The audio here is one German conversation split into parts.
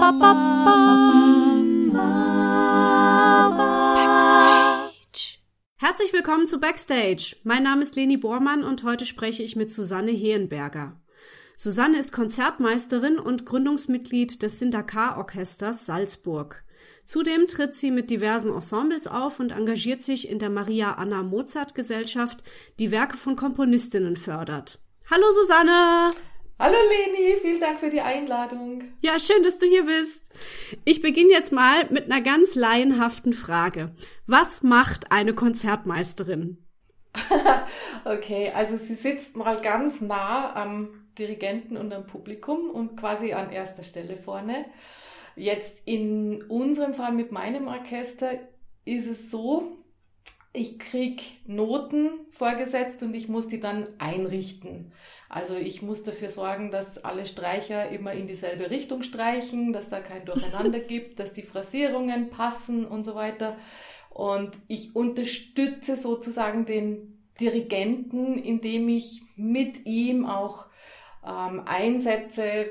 Backstage. Herzlich willkommen zu Backstage. Mein Name ist Leni Bormann und heute spreche ich mit Susanne Hehenberger. Susanne ist Konzertmeisterin und Gründungsmitglied des Sindacar-Orchesters Salzburg. Zudem tritt sie mit diversen Ensembles auf und engagiert sich in der Maria-Anna-Mozart-Gesellschaft, die Werke von Komponistinnen fördert. Hallo Susanne! Hallo Leni, vielen Dank für die Einladung. Ja, schön, dass du hier bist. Ich beginne jetzt mal mit einer ganz laienhaften Frage. Was macht eine Konzertmeisterin? Okay, also sie sitzt mal ganz nah am Dirigenten und am Publikum und quasi an erster Stelle vorne. Jetzt in unserem Fall mit meinem Orchester ist es so, ich kriege Noten vorgesetzt und ich muss die dann einrichten. Also ich muss dafür sorgen, dass alle Streicher immer in dieselbe Richtung streichen, dass da kein Durcheinander gibt, dass die Phrasierungen passen und so weiter. Und ich unterstütze sozusagen den Dirigenten, indem ich mit ihm auch Einsätze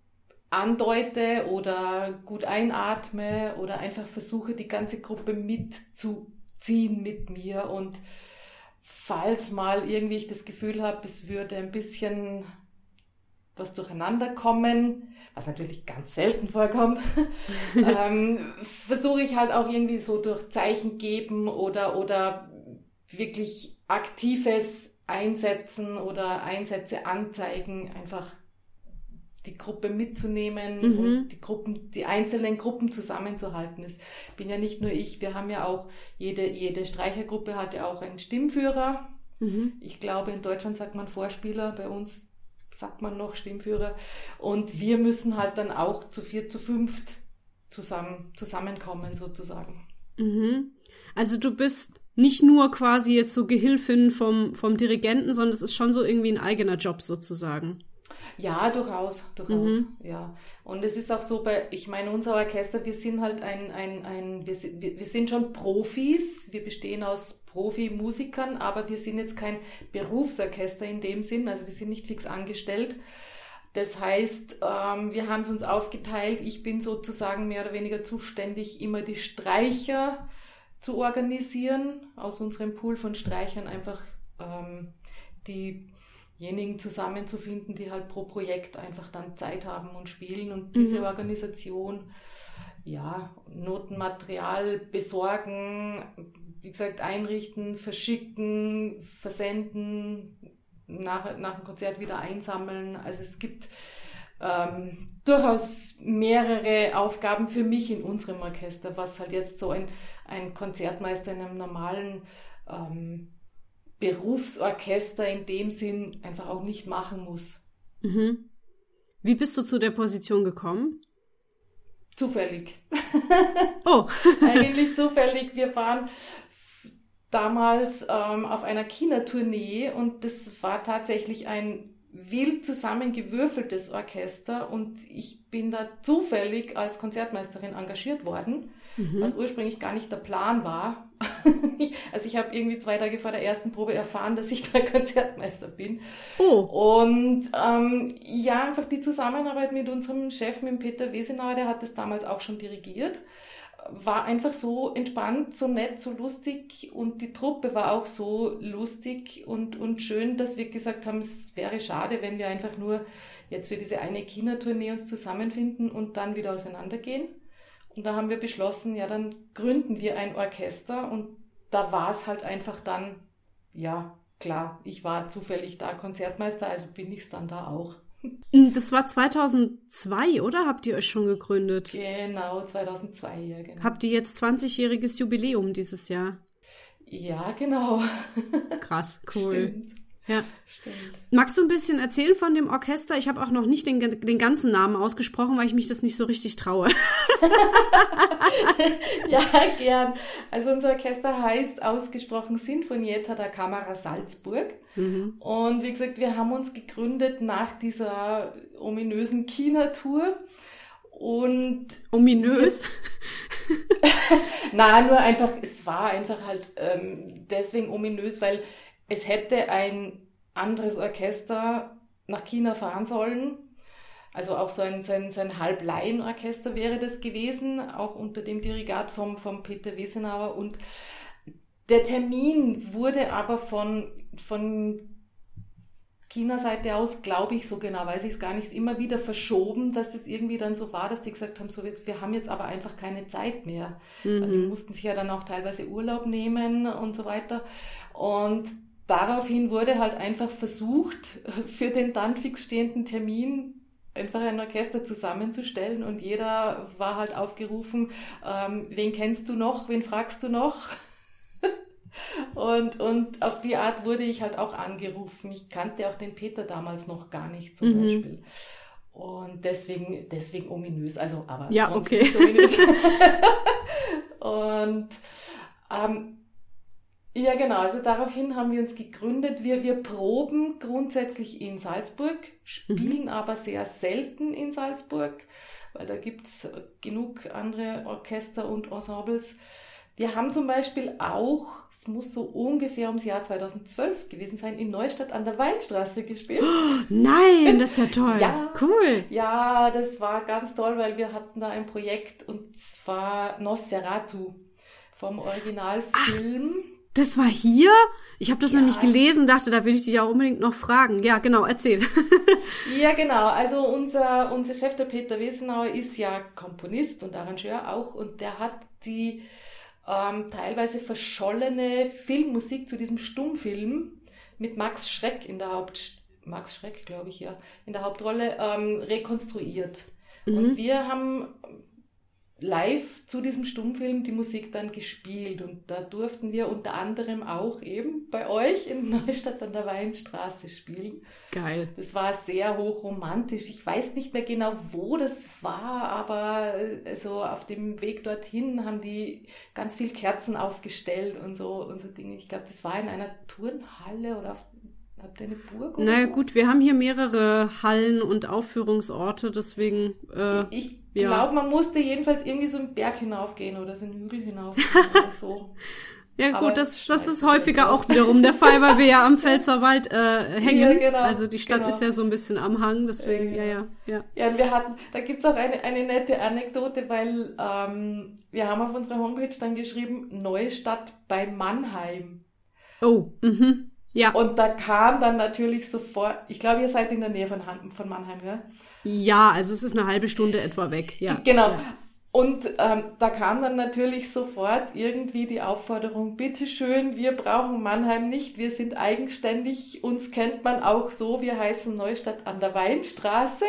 andeute oder gut einatme oder einfach versuche, die ganze Gruppe mitzuziehen mit mir. Und falls mal irgendwie ich das Gefühl habe, es würde ein bisschen was durcheinander kommen, was natürlich ganz selten vorkommt, versuche ich halt auch irgendwie so durch Zeichen geben oder wirklich aktives Einsetzen oder Einsätze anzeigen, einfach die Gruppe mitzunehmen und die einzelnen Gruppen zusammenzuhalten. Es bin ja nicht nur ich, wir haben ja auch, jede Streichergruppe hat ja auch einen Stimmführer. Ich glaube, in Deutschland sagt man Vorspieler, bei uns sagt man noch Stimmführer. Und wir müssen halt dann auch zu 4, zu 5 zusammenkommen sozusagen. Also du bist nicht nur quasi jetzt so Gehilfin vom Dirigenten, sondern es ist schon so irgendwie ein eigener Job sozusagen. Ja, durchaus, ja. Und es ist auch so, ich meine, unser Orchester, wir sind halt wir sind schon Profis, wir bestehen aus Profimusikern, aber wir sind jetzt kein Berufsorchester in dem Sinn, also wir sind nicht fix angestellt. Das heißt, wir haben es uns aufgeteilt, ich bin sozusagen mehr oder weniger zuständig, immer die Streicher zu organisieren, aus unserem Pool von Streichern einfach diejenigen zusammenzufinden, die halt pro Projekt einfach dann Zeit haben und spielen und diese Organisation, ja, Notenmaterial besorgen, wie gesagt, einrichten, verschicken, versenden, nach dem Konzert wieder einsammeln. Also es gibt durchaus mehrere Aufgaben für mich in unserem Orchester, was halt jetzt so ein Konzertmeister in einem normalen Berufsorchester in dem Sinn einfach auch nicht machen muss. Wie bist du zu der Position gekommen? Zufällig. Oh. Eigentlich zufällig. Wir waren damals auf einer China-Tournee und das war tatsächlich ein wild zusammengewürfeltes Orchester und ich bin da zufällig als Konzertmeisterin engagiert worden, was ursprünglich gar nicht der Plan war. Ich habe irgendwie 2 Tage vor der ersten Probe erfahren, dass ich da Konzertmeister bin. Oh. Und ja, einfach die Zusammenarbeit mit unserem Chef, mit Peter Wesenauer, der hat das damals auch schon dirigiert, war einfach so entspannt, so nett, so lustig und die Truppe war auch so lustig und schön, dass wir gesagt haben, es wäre schade, wenn wir einfach nur jetzt für diese eine China-Tournee uns zusammenfinden und dann wieder auseinandergehen. Und da haben wir beschlossen, ja, dann gründen wir ein Orchester und da war es halt einfach dann, ja, klar, ich war zufällig da Konzertmeister, also bin ich es dann da auch. Das war 2002, oder? Habt ihr euch schon gegründet? Genau, 2002, ja, genau. Habt ihr jetzt 20-jähriges Jubiläum dieses Jahr? Ja, genau. Krass, cool. Stimmt. Ja. Stimmt. Magst du ein bisschen erzählen von dem Orchester? Ich habe auch noch nicht den ganzen Namen ausgesprochen, weil ich mich das nicht so richtig traue. Ja, gern. Also unser Orchester heißt ausgesprochen Sinfonietta da Camera Salzburg. Und wie gesagt, wir haben uns gegründet nach dieser ominösen China-Tour. Und ominös? Nein, nur einfach, es war einfach halt deswegen ominös, weil es hätte ein anderes Orchester nach China fahren sollen. Also auch so ein Halblaienorchester wäre das gewesen, auch unter dem Dirigat vom Peter Wesenauer. Und der Termin wurde aber von China-Seite aus, glaube ich, so genau weiß ich es gar nicht, immer wieder verschoben, dass es irgendwie dann so war, dass die gesagt haben, so, wir haben jetzt aber einfach keine Zeit mehr. Die mussten sich ja dann auch teilweise Urlaub nehmen und so weiter. Und daraufhin wurde halt einfach versucht, für den dann fix stehenden Termin einfach ein Orchester zusammenzustellen, und jeder war halt aufgerufen, wen kennst du noch, wen fragst du noch? Und auf die Art wurde ich halt auch angerufen. Ich kannte auch den Peter damals noch gar nicht zum Beispiel. Und deswegen ominös, also aber ja, sonst okay. nicht ominös. Und ja, genau, also daraufhin haben wir uns gegründet. Wir proben grundsätzlich in Salzburg, spielen aber sehr selten in Salzburg, weil da gibt es genug andere Orchester und Ensembles. Wir haben zum Beispiel auch, es muss so ungefähr ums Jahr 2012 gewesen sein, in Neustadt an der Weinstraße gespielt. Oh, nein, das ist ja toll. Ja, cool. Ja, das war ganz toll, weil wir hatten da ein Projekt, und zwar Nosferatu vom Originalfilm. Ach, das war hier? Ich habe das nämlich gelesen, dachte, da will ich dich auch unbedingt noch fragen. Ja, genau, erzähl. Ja, genau. Also unser Chef, der Peter Wesenauer, ist ja Komponist und Arrangeur auch, und der hat die teilweise verschollene Filmmusik zu diesem Stummfilm mit Max Schreck, glaube ich, in der Hauptrolle rekonstruiert. Und wir haben live zu diesem Stummfilm die Musik dann gespielt, und da durften wir unter anderem auch eben bei euch in Neustadt an der Weinstraße spielen. Geil. Das war sehr hochromantisch. Ich weiß nicht mehr genau, wo das war, aber so auf dem Weg dorthin haben die ganz viel Kerzen aufgestellt und so Dinge. Ich glaube, das war in einer Turnhalle oder habt ihr eine Burg? Oder naja, so? gut, wir haben hier mehrere Hallen und Aufführungsorte, deswegen ich glaube, man musste jedenfalls irgendwie so einen Berg hinaufgehen oder so einen Hügel hinaufgehen oder so. Ja gut, das ist häufiger auch wiederum der Fall, weil wir ja am Pfälzerwald hängen. Ja, genau, also die Stadt ist ja so ein bisschen am Hang, deswegen, ja. Ja, da gibt's auch eine nette Anekdote, weil wir haben auf unserer Homepage dann geschrieben, Neustadt bei Mannheim. Oh, ja. Und da kam dann natürlich sofort, ich glaube, ihr seid in der Nähe von Mannheim, ja? Ja, also es ist eine halbe Stunde etwa weg, ja. Genau. Ja. Und da kam dann natürlich sofort irgendwie die Aufforderung, bitteschön, wir brauchen Mannheim nicht, wir sind eigenständig, uns kennt man auch so, wir heißen Neustadt an der Weinstraße.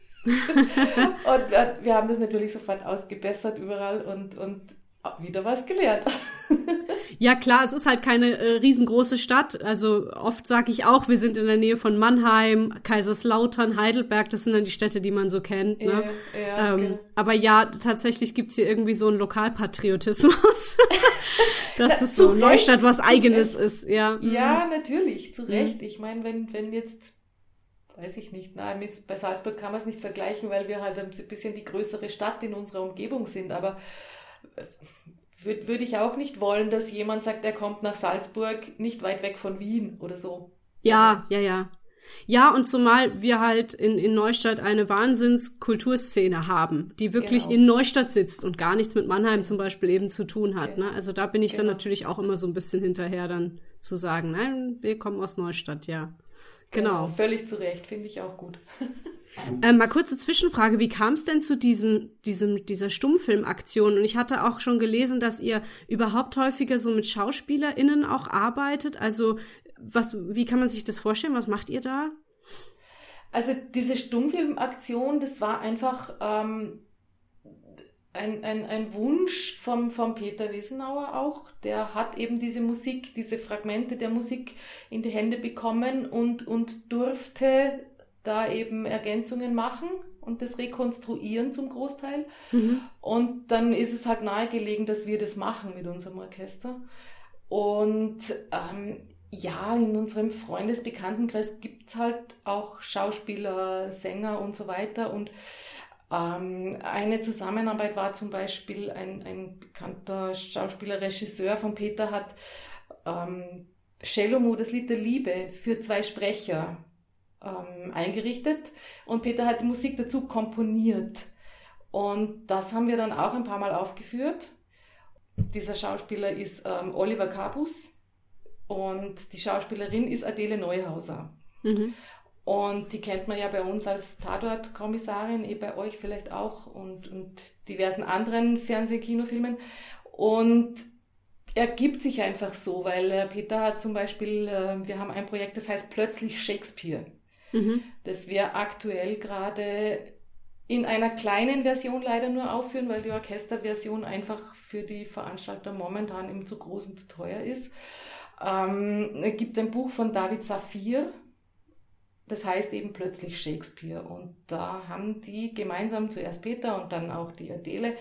Und wir haben das natürlich sofort ausgebessert überall und wieder was gelernt. Ja klar, es ist halt keine riesengroße Stadt. Also oft sage ich auch, wir sind in der Nähe von Mannheim, Kaiserslautern, Heidelberg. Das sind dann die Städte, die man so kennt. Ne? Ja, okay. Aber ja, tatsächlich gibt's hier irgendwie so einen Lokalpatriotismus. Dass es so Neustadt was Eigenes ist. Ja, ja, natürlich, zu Recht. Ich meine, wenn jetzt, weiß ich nicht, bei Salzburg kann man es nicht vergleichen, weil wir halt ein bisschen die größere Stadt in unserer Umgebung sind. Aber würde ich auch nicht wollen, dass jemand sagt, er kommt nach Salzburg, nicht weit weg von Wien oder so. Ja. Ja, und zumal wir halt in Neustadt eine Wahnsinns-Kulturszene haben, die wirklich in Neustadt sitzt und gar nichts mit Mannheim zum Beispiel eben zu tun hat. Ne? Also da bin ich dann natürlich auch immer so ein bisschen hinterher, dann zu sagen, nein, wir kommen aus Neustadt, ja. Genau. Völlig zu Recht, finde ich auch gut. Mal kurze Zwischenfrage, wie kam es denn zu dieser Stummfilmaktion? Und ich hatte auch schon gelesen, dass ihr überhaupt häufiger so mit SchauspielerInnen auch arbeitet. Also wie kann man sich das vorstellen? Was macht ihr da? Also diese Stummfilmaktion, das war einfach ein Wunsch vom Peter Wesenauer auch. Der hat eben diese Musik, diese Fragmente der Musik in die Hände bekommen und durfte da eben Ergänzungen machen und das rekonstruieren zum Großteil. Und dann ist es halt nahegelegen, dass wir das machen mit unserem Orchester. Und in unserem Freundesbekanntenkreis gibt's halt auch Schauspieler, Sänger und so weiter. Und eine Zusammenarbeit war zum Beispiel ein bekannter Schauspieler, Regisseur von Peter hat Shelomo, das Lied der Liebe, für 2 Sprecher eingerichtet und Peter hat die Musik dazu komponiert. Und das haben wir dann auch ein paar Mal aufgeführt. Dieser Schauspieler ist Oliver Kabus und die Schauspielerin ist Adele Neuhauser. Mhm. Und die kennt man ja bei uns als Tatort-Kommissarin, bei euch vielleicht auch und diversen anderen Fernseh-Kinofilmen. Und er gibt sich einfach so, weil Peter hat zum Beispiel, wir haben ein Projekt, das heißt Plötzlich Shakespeare. Mhm. Das wir aktuell gerade in einer kleinen Version leider nur aufführen, weil die Orchesterversion einfach für die Veranstalter momentan eben zu groß und zu teuer ist. Es gibt ein Buch von David Safir, das heißt eben Plötzlich Shakespeare. Und da haben die gemeinsam, zuerst Peter und dann auch die Adele,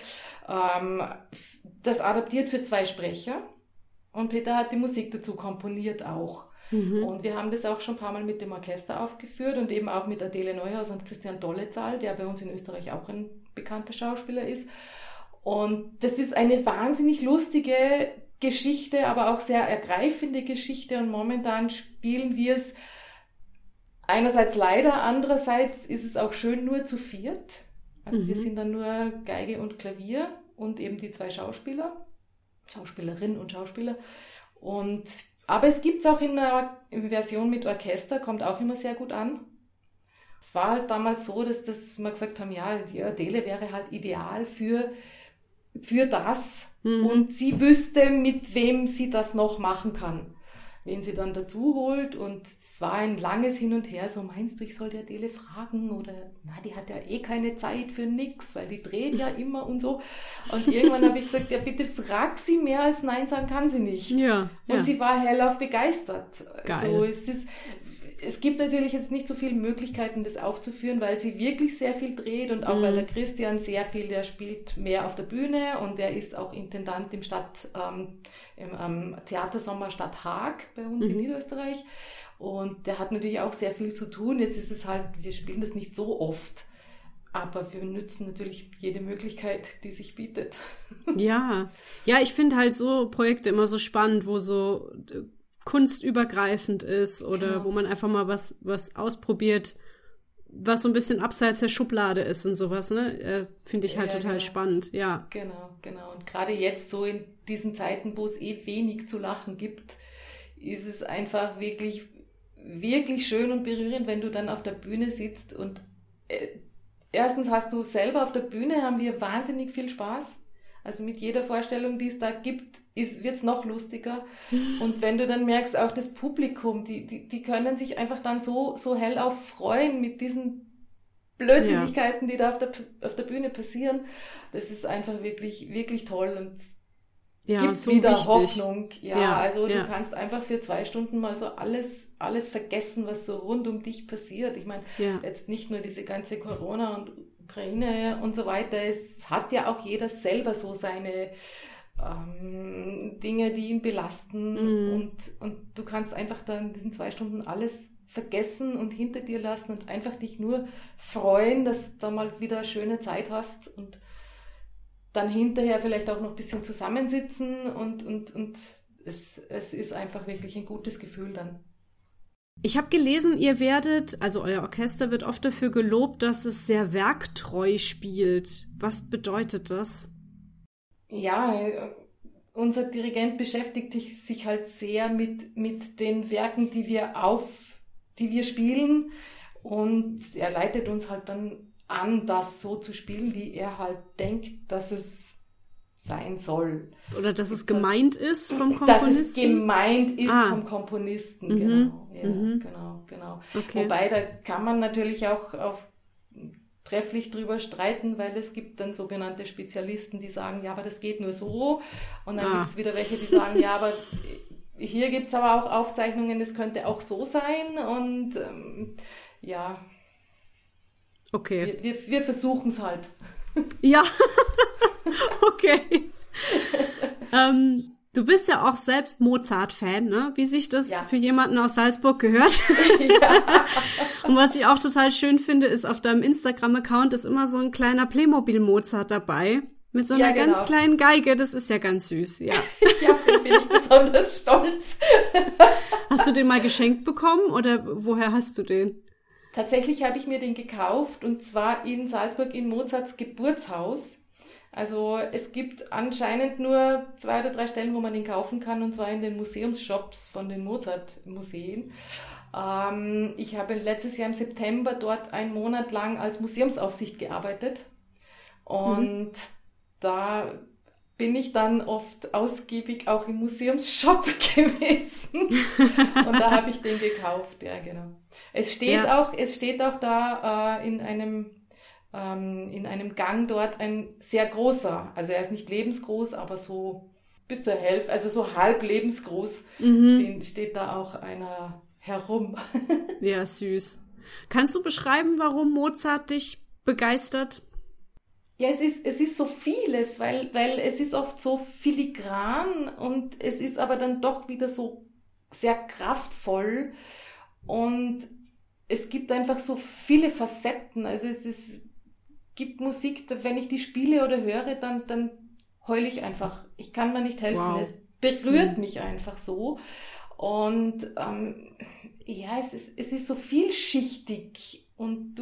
das adaptiert für 2 Sprecher. Und Peter hat die Musik dazu komponiert auch. Mhm. Und wir haben das auch schon ein paar Mal mit dem Orchester aufgeführt und eben auch mit Adele Neuhaus und Christian Dollezahl, der bei uns in Österreich auch ein bekannter Schauspieler ist. Und das ist eine wahnsinnig lustige Geschichte, aber auch sehr ergreifende Geschichte. Und momentan spielen wir es einerseits leider, andererseits ist es auch schön nur zu 4. Also wir sind dann nur Geige und Klavier und eben die 2 Schauspielerin und Schauspieler. Aber es gibt es auch in einer Version mit Orchester, kommt auch immer sehr gut an. Es war halt damals so, dass wir gesagt haben, ja, die Adele wäre halt ideal für das und sie wüsste, mit wem sie das noch machen kann. Wen sie dann dazu holt und es war ein langes Hin und Her, so meinst du, ich soll die Adele fragen oder, na, die hat ja keine Zeit für nix, weil die dreht ja immer und so. Und irgendwann habe ich gesagt, ja bitte frag sie, mehr als Nein sagen kann sie nicht. Ja, und sie war hellauf begeistert. Geil. So, es gibt natürlich jetzt nicht so viele Möglichkeiten, das aufzuführen, weil sie wirklich sehr viel dreht und auch weil der Christian sehr viel, der spielt mehr auf der Bühne und der ist auch Intendant im Theatersommer Stadt Haag bei uns in Niederösterreich und der hat natürlich auch sehr viel zu tun. Jetzt ist es halt, wir spielen das nicht so oft, aber wir nutzen natürlich jede Möglichkeit, die sich bietet. Ja, ich finde halt so Projekte immer so spannend, wo so kunstübergreifend ist oder wo man einfach mal was ausprobiert, was so ein bisschen abseits der Schublade ist und sowas, ne? Finde ich halt total spannend, ja. Genau. Und gerade jetzt so in diesen Zeiten, wo es wenig zu lachen gibt, ist es einfach wirklich, wirklich schön und berührend, wenn du dann auf der Bühne sitzt und erstens hast du selber auf der Bühne, haben wir wahnsinnig viel Spaß. Also mit jeder Vorstellung, die es da gibt, wird es noch lustiger. Und wenn du dann merkst, auch das Publikum, die können sich einfach dann so hellauf freuen mit diesen Blödsinnigkeiten, die da auf der Bühne passieren. Das ist einfach wirklich, wirklich toll und gibt so wieder wichtig. Hoffnung. Du kannst einfach für 2 Stunden mal so alles vergessen, was so rund um dich passiert. Ich meine, jetzt nicht nur diese ganze Corona und Ukraine und so weiter. Es hat ja auch jeder selber so seine Dinge, die ihn belasten und du kannst einfach dann in diesen 2 Stunden alles vergessen und hinter dir lassen und einfach dich nur freuen, dass du da mal wieder eine schöne Zeit hast und dann hinterher vielleicht auch noch ein bisschen zusammensitzen und es ist einfach wirklich ein gutes Gefühl dann. Ich habe gelesen, euer Orchester wird oft dafür gelobt, dass es sehr werktreu spielt. Was bedeutet das? Ja, unser Dirigent beschäftigt sich halt sehr mit den Werken, die wir spielen und er leitet uns halt dann an, das so zu spielen, wie er halt denkt, dass es sein soll. Oder dass es gemeint ist vom Komponisten? Dass es gemeint ist vom Komponisten, genau. Ja, genau. Okay. Wobei, da kann man natürlich auch trefflich drüber streiten, weil es gibt dann sogenannte Spezialisten, die sagen, ja, aber das geht nur so. Und dann gibt es wieder welche, die sagen, ja, aber hier gibt es aber auch Aufzeichnungen, das könnte auch so sein. Und okay. Wir versuchen es halt. Ja, okay. Du bist ja auch selbst Mozart-Fan, ne? Wie sich das für jemanden aus Salzburg gehört. Ja. Und was ich auch total schön finde, ist, auf deinem Instagram-Account ist immer so ein kleiner Playmobil-Mozart dabei. Mit so einer ganz kleinen Geige. Das ist ja ganz süß, ja. Ja, bin ich besonders stolz. Hast du den mal geschenkt bekommen oder woher hast du den? Tatsächlich habe ich mir den gekauft und zwar in Salzburg in Mozarts Geburtshaus. Also es gibt anscheinend nur 2 oder 3 Stellen, wo man den kaufen kann, und zwar in den Museumsshops von den Mozart-Museen. Ich habe letztes Jahr im September dort einen Monat lang als Museumsaufsicht gearbeitet und da bin ich dann oft ausgiebig auch im Museumsshop gewesen und da habe ich den gekauft, ja genau. Es steht auch da in einem Gang dort ein sehr großer, also er ist nicht lebensgroß, aber so bis zur Hälfte, also so halb lebensgroß steht da auch einer herum. Ja, süß. Kannst du beschreiben, warum Mozart dich begeistert? Ja, es ist so vieles, weil es ist oft so filigran und es ist aber dann doch wieder so sehr kraftvoll und es gibt einfach so viele Facetten. Also gibt Musik, wenn ich die spiele oder höre, dann heule ich einfach. Ich kann mir nicht helfen. Wow. Es berührt mich einfach so. Und es ist so vielschichtig und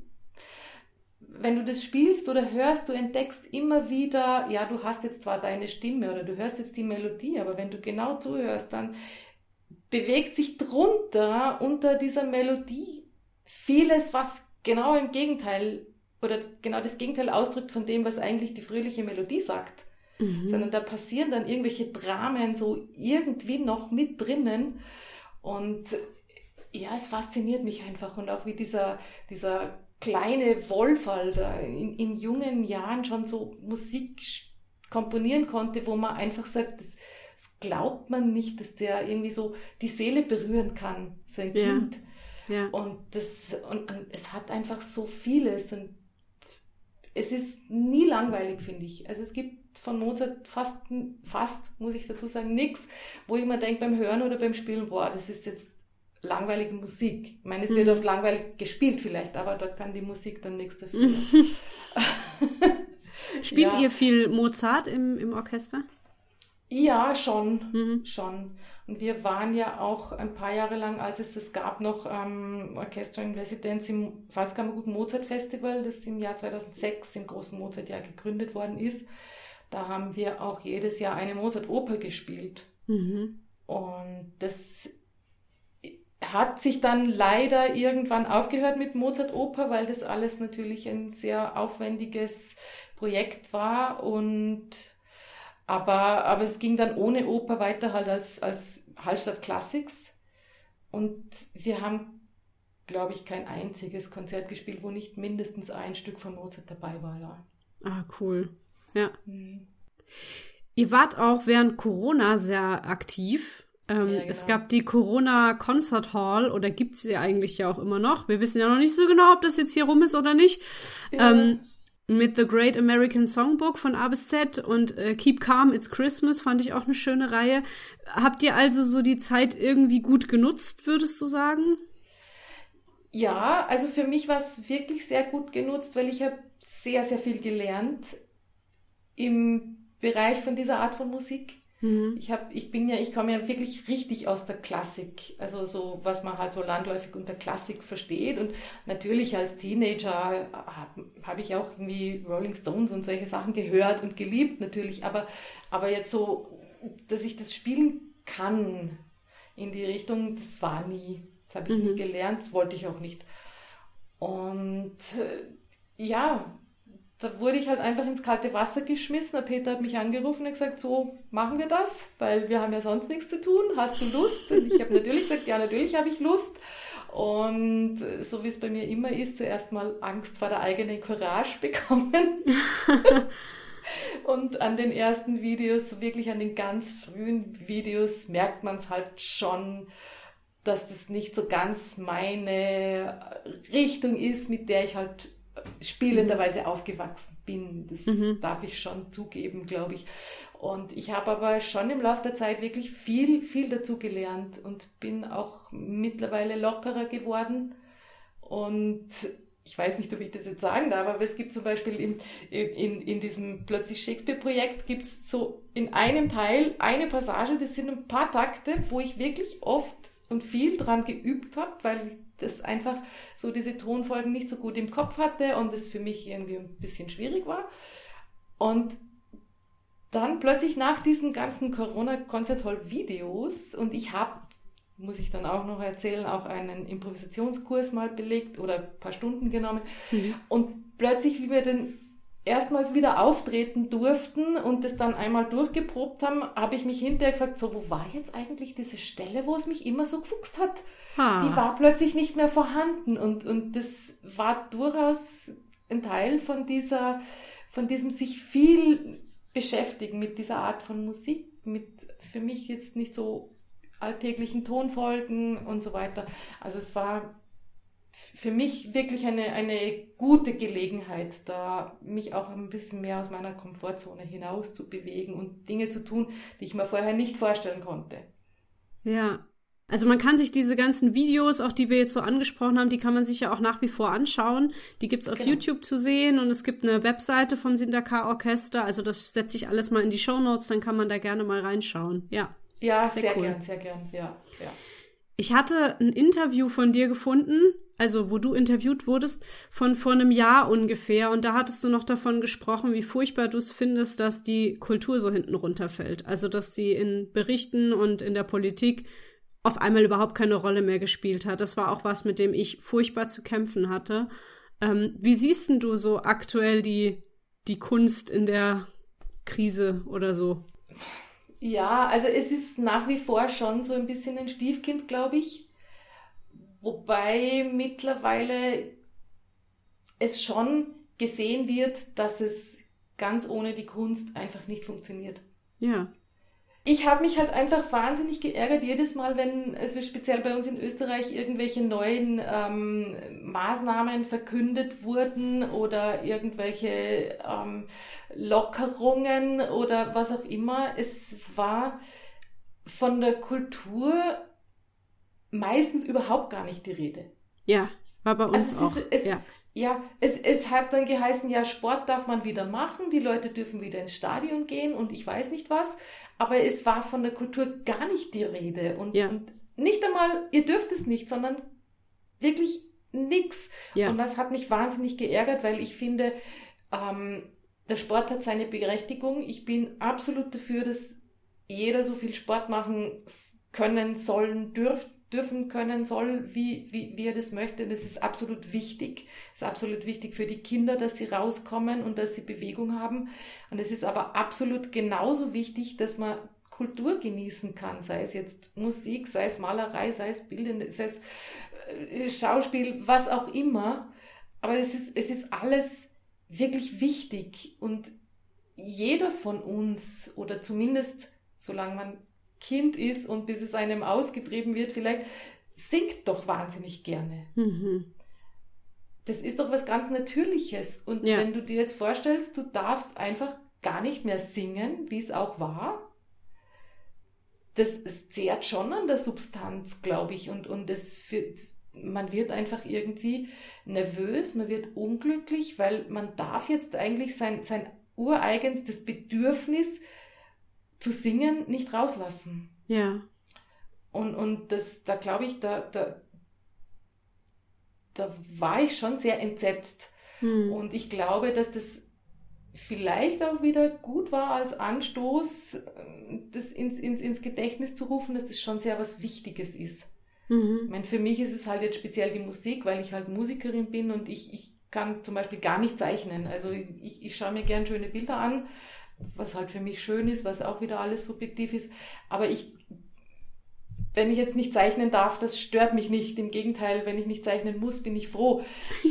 wenn du das spielst oder hörst, du entdeckst immer wieder, ja, du hast jetzt zwar deine Stimme oder du hörst jetzt die Melodie, aber wenn du genau zuhörst, dann bewegt sich drunter unter dieser Melodie vieles, was genau im Gegenteil oder genau das Gegenteil ausdrückt von dem, was eigentlich die fröhliche Melodie sagt. Sondern da passieren dann irgendwelche Dramen so irgendwie noch mit drinnen und ja, es fasziniert mich einfach und auch wie dieser kleine Wolferl da in jungen Jahren schon so Musik komponieren konnte, wo man einfach sagt, das glaubt man nicht, dass der irgendwie so die Seele berühren kann, so ein Kind. Ja. Und es hat einfach so vieles und es ist nie langweilig, finde ich. Also es gibt von Mozart fast, muss ich dazu sagen, nichts, wo ich mir denke beim Hören oder beim Spielen, boah, das ist jetzt langweilige Musik. Ich meine, es wird oft langweilig gespielt vielleicht, aber da kann die Musik dann nichts dafür. Spielt ihr viel Mozart im Orchester? Ja, schon. Und wir waren ja auch ein paar Jahre lang, als es das gab, noch Orchester in Residenz im Salzkammergut Mozart Festival, das im Jahr 2006 im großen Mozartjahr gegründet worden ist. Da haben wir auch jedes Jahr eine Mozart-Oper gespielt. Und das hat sich dann leider irgendwann aufgehört mit Mozart-Oper, weil das alles natürlich ein sehr aufwendiges Projekt war aber es ging dann ohne Oper weiter halt als Hallstatt Classics und wir haben, glaube ich, kein einziges Konzert gespielt, wo nicht mindestens ein Stück von Mozart dabei war, ja. Ah, cool. Ja. Ihr wart auch während Corona sehr aktiv. Genau. Es gab die Corona Concert Hall oder gibt es sie eigentlich ja auch immer noch. Wir wissen ja noch nicht so genau, ob das jetzt hier rum ist oder nicht. Ja. Mit The Great American Songbook von A bis Z und Keep Calm, It's Christmas fand ich auch eine schöne Reihe. Habt ihr also so die Zeit irgendwie gut genutzt, würdest du sagen? Ja, also für mich war es wirklich sehr gut genutzt, weil ich habe sehr, sehr viel gelernt im Bereich von dieser Art von Musik. Ich komme ja wirklich richtig aus der Klassik, also so, was man halt so landläufig unter Klassik versteht und natürlich als Teenager habe ich auch irgendwie Rolling Stones und solche Sachen gehört und geliebt natürlich, aber jetzt so, dass ich das spielen kann in die Richtung, das war nie, das habe ich nie gelernt, das wollte ich auch nicht und da wurde ich halt einfach ins kalte Wasser geschmissen. Der Peter hat mich angerufen und gesagt, so machen wir das, weil wir haben ja sonst nichts zu tun. Hast du Lust? Und ich habe natürlich gesagt, ja, natürlich habe ich Lust. Und so wie es bei mir immer ist, zuerst mal Angst vor der eigenen Courage bekommen. Und an den ersten Videos, so wirklich an den ganz frühen Videos, merkt man es halt schon, dass das nicht so ganz meine Richtung ist, mit der ich halt spielenderweise aufgewachsen bin. Das darf ich schon zugeben, glaube ich. Und ich habe aber schon im Laufe der Zeit wirklich viel, viel dazu gelernt und bin auch mittlerweile lockerer geworden. Und ich weiß nicht, ob ich das jetzt sagen darf, aber es gibt zum Beispiel in diesem Plötzlich Shakespeare-Projekt gibt es so in einem Teil eine Passage, das sind ein paar Takte, wo ich wirklich oft und viel dran geübt habe, weil das einfach so diese Tonfolgen nicht so gut im Kopf hatte und es für mich irgendwie ein bisschen schwierig war. Und dann plötzlich nach diesen ganzen Corona-Konzerthall-Videos und ich habe, muss ich dann auch noch erzählen, auch einen Improvisationskurs mal belegt oder ein paar Stunden genommen. Und plötzlich, wie wir dann erstmals wieder auftreten durften und das dann einmal durchgeprobt haben, habe ich mich hinterher gefragt, so, wo war jetzt eigentlich diese Stelle, wo es mich immer so gefuchst hat? Die war plötzlich nicht mehr vorhanden und das war durchaus ein Teil von diesem sich viel beschäftigen mit dieser Art von Musik, mit für mich jetzt nicht so alltäglichen Tonfolgen und so weiter. Also es war für mich wirklich eine gute Gelegenheit, da mich auch ein bisschen mehr aus meiner Komfortzone hinaus zu bewegen und Dinge zu tun, die ich mir vorher nicht vorstellen konnte. Ja, also man kann sich diese ganzen Videos, auch die wir jetzt so angesprochen haben, die kann man sich ja auch nach wie vor anschauen. Die gibt's auf YouTube zu sehen und es gibt eine Webseite vom Sindacar-Orchester. Also das setze ich alles mal in die Shownotes, dann kann man da gerne mal reinschauen. Ja, sehr cool. Sehr gern, ja. Ich hatte ein Interview von dir gefunden, also wo du interviewt wurdest, von vor einem Jahr ungefähr. Und da hattest du noch davon gesprochen, wie furchtbar du es findest, dass die Kultur so hinten runterfällt. Also dass sie in Berichten und in der Politik auf einmal überhaupt keine Rolle mehr gespielt hat. Das war auch was, mit dem ich furchtbar zu kämpfen hatte. Wie siehst denn du so aktuell die Kunst in der Krise oder so? Ja, also es ist nach wie vor schon so ein bisschen ein Stiefkind, glaube ich. Wobei mittlerweile es schon gesehen wird, dass es ganz ohne die Kunst einfach nicht funktioniert. Ja. Ich habe mich halt einfach wahnsinnig geärgert, jedes Mal, wenn, also speziell bei uns in Österreich, irgendwelche neuen Maßnahmen verkündet wurden oder irgendwelche Lockerungen oder was auch immer. Es war von der Kultur meistens überhaupt gar nicht die Rede. Ja, war bei uns auch. Es hat dann geheißen, ja, Sport darf man wieder machen, die Leute dürfen wieder ins Stadion gehen und ich weiß nicht was, aber es war von der Kultur gar nicht die Rede und nicht einmal, ihr dürft es nicht, sondern wirklich nix. Ja. Und das hat mich wahnsinnig geärgert, weil ich finde, der Sport hat seine Berechtigung. Ich bin absolut dafür, dass jeder so viel Sport machen können, sollen, dürfen können soll, wie er das möchte. Das ist absolut wichtig. Es ist absolut wichtig für die Kinder, dass sie rauskommen und dass sie Bewegung haben. Und es ist aber absolut genauso wichtig, dass man Kultur genießen kann, sei es jetzt Musik, sei es Malerei, sei es Bildende, sei es Schauspiel, was auch immer. Aber es ist alles wirklich wichtig. Und jeder von uns, oder zumindest solange man Kind ist und bis es einem ausgetrieben wird, vielleicht singt doch wahnsinnig gerne. Mhm. Das ist doch was ganz Natürliches. Und wenn du dir jetzt vorstellst, du darfst einfach gar nicht mehr singen, wie es auch war, es zehrt schon an der Substanz, glaube ich. Und man wird einfach irgendwie nervös, man wird unglücklich, weil man darf jetzt eigentlich sein ureigenstes Bedürfnis zu singen nicht rauslassen. Ja. Und da glaube ich, da war ich schon sehr entsetzt. Und ich glaube, dass das vielleicht auch wieder gut war als Anstoß, das ins Gedächtnis zu rufen, dass das schon sehr was Wichtiges ist. Ich meine, für mich ist es halt jetzt speziell die Musik, weil ich halt Musikerin bin und ich kann zum Beispiel gar nicht zeichnen. Also ich schaue mir gern schöne Bilder an, was halt für mich schön ist, was auch wieder alles subjektiv ist. Aber wenn ich jetzt nicht zeichnen darf, das stört mich nicht. Im Gegenteil, wenn ich nicht zeichnen muss, bin ich froh.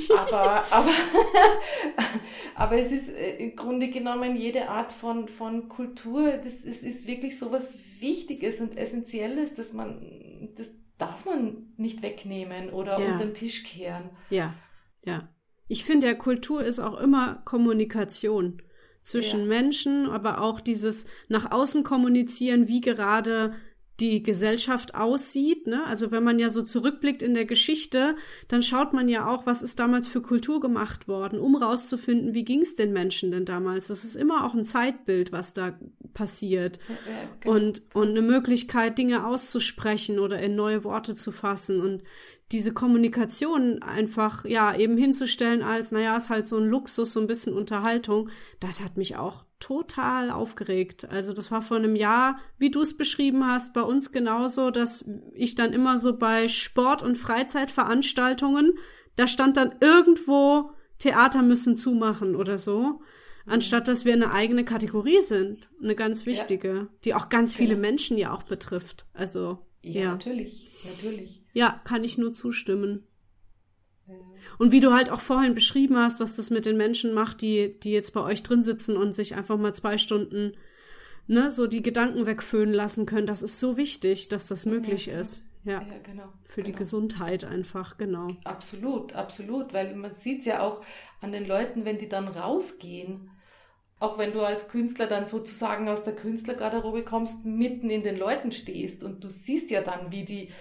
Aber es ist im Grunde genommen jede Art von Kultur, das ist wirklich so was Wichtiges und Essentielles, das darf man nicht wegnehmen oder unter den Tisch kehren. Ja. Ich finde, ja, Kultur ist auch immer Kommunikation zwischen Menschen, aber auch dieses nach außen kommunizieren, wie gerade die Gesellschaft aussieht, ne? Also wenn man ja so zurückblickt in der Geschichte, dann schaut man ja auch, was ist damals für Kultur gemacht worden, um rauszufinden, wie ging es den Menschen denn damals. Das ist immer auch ein Zeitbild, was da passiert. Ja, genau. Und eine Möglichkeit, Dinge auszusprechen oder in neue Worte zu fassen und diese Kommunikation einfach, ja, eben hinzustellen als, naja, ist halt so ein Luxus, so ein bisschen Unterhaltung, das hat mich auch total aufgeregt. Also das war vor einem Jahr, wie du es beschrieben hast, bei uns genauso, dass ich dann immer so bei Sport- und Freizeitveranstaltungen, da stand dann irgendwo, Theater müssen zumachen oder so, anstatt dass wir eine eigene Kategorie sind, eine ganz wichtige, die auch ganz viele Menschen ja auch betrifft. Also, ja. Natürlich. Ja, kann ich nur zustimmen. Und wie du halt auch vorhin beschrieben hast, was das mit den Menschen macht, die jetzt bei euch drin sitzen und sich einfach mal 2 Stunden, ne, so die Gedanken wegföhnen lassen können, das ist so wichtig, dass das möglich ist. Ja, genau. Für die Gesundheit einfach, genau. Absolut, weil man sieht es ja auch an den Leuten, wenn die dann rausgehen, auch wenn du als Künstler dann sozusagen aus der Künstlergarderobe kommst, mitten in den Leuten stehst und du siehst ja dann, wie die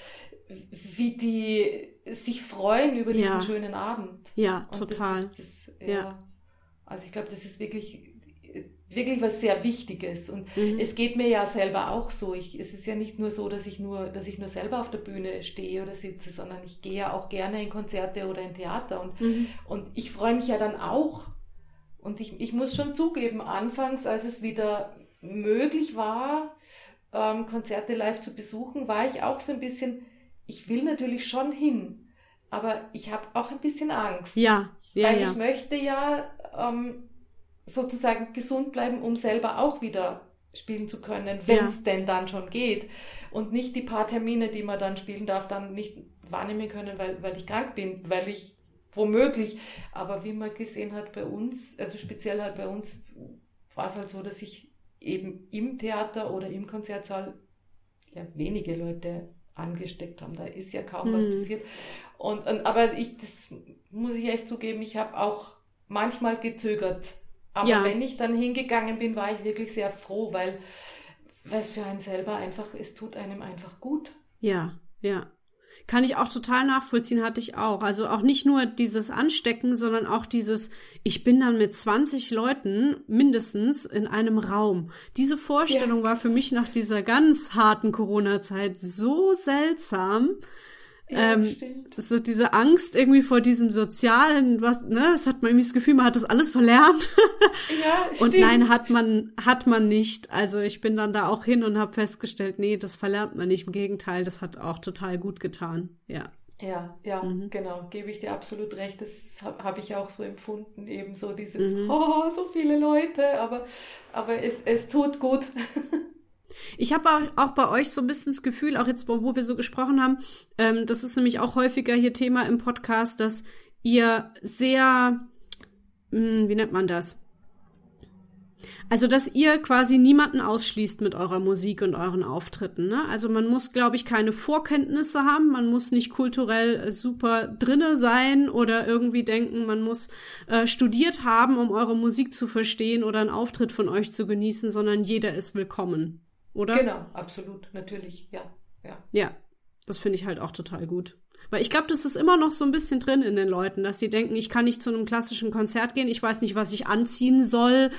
sich freuen über diesen schönen Abend. Ja, und total. Also ich glaube, das ist wirklich was sehr Wichtiges. Und es geht mir ja selber auch so. Es ist ja nicht nur so, dass ich nur selber auf der Bühne stehe oder sitze, sondern ich gehe ja auch gerne in Konzerte oder in Theater. Und ich freue mich ja dann auch. Und ich muss schon zugeben, anfangs, als es wieder möglich war, Konzerte live zu besuchen, war ich auch so ein bisschen, ich will natürlich schon hin, aber ich habe auch ein bisschen Angst. Weil ich möchte ja sozusagen gesund bleiben, um selber auch wieder spielen zu können, wenn es denn dann schon geht. Und nicht die paar Termine, die man dann spielen darf, dann nicht wahrnehmen können, weil ich krank bin, weil ich womöglich, aber wie man gesehen hat bei uns, also speziell halt bei uns, war es halt so, dass ich eben im Theater oder im Konzertsaal wenige Leute angesteckt haben. Da ist ja kaum was passiert. Aber das muss ich echt zugeben, ich habe auch manchmal gezögert. Aber wenn ich dann hingegangen bin, war ich wirklich sehr froh, weil es für einen selber einfach, es tut einem einfach gut. Ja. Kann ich auch total nachvollziehen, hatte ich auch. Also auch nicht nur dieses Anstecken, sondern auch dieses, ich bin dann mit 20 Leuten mindestens in einem Raum. Diese Vorstellung war für mich nach dieser ganz harten Corona-Zeit so seltsam. So diese Angst irgendwie vor diesem Sozialen, das hat man irgendwie das Gefühl, man hat das alles verlernt. Und nein, hat man nicht. Also ich bin dann da auch hin und habe festgestellt, nee, das verlernt man nicht. Im Gegenteil, das hat auch total gut getan. Ja, genau, gebe ich dir absolut recht. Das habe ich auch so empfunden, eben so dieses, so viele Leute, aber es tut gut. Ich habe auch bei euch so ein bisschen das Gefühl, auch jetzt, wo wir so gesprochen haben, das ist nämlich auch häufiger hier Thema im Podcast, dass ihr sehr, wie nennt man das? Also, dass ihr quasi niemanden ausschließt mit eurer Musik und euren Auftritten, ne? Also man muss, glaube ich, keine Vorkenntnisse haben, man muss nicht kulturell super drinne sein oder irgendwie denken, man muss studiert haben, um eure Musik zu verstehen oder einen Auftritt von euch zu genießen, sondern jeder ist willkommen. Oder? Genau, absolut, natürlich, ja. Ja, das finde ich halt auch total gut. Weil ich glaube, das ist immer noch so ein bisschen drin in den Leuten, dass sie denken, ich kann nicht zu einem klassischen Konzert gehen, ich weiß nicht, was ich anziehen soll,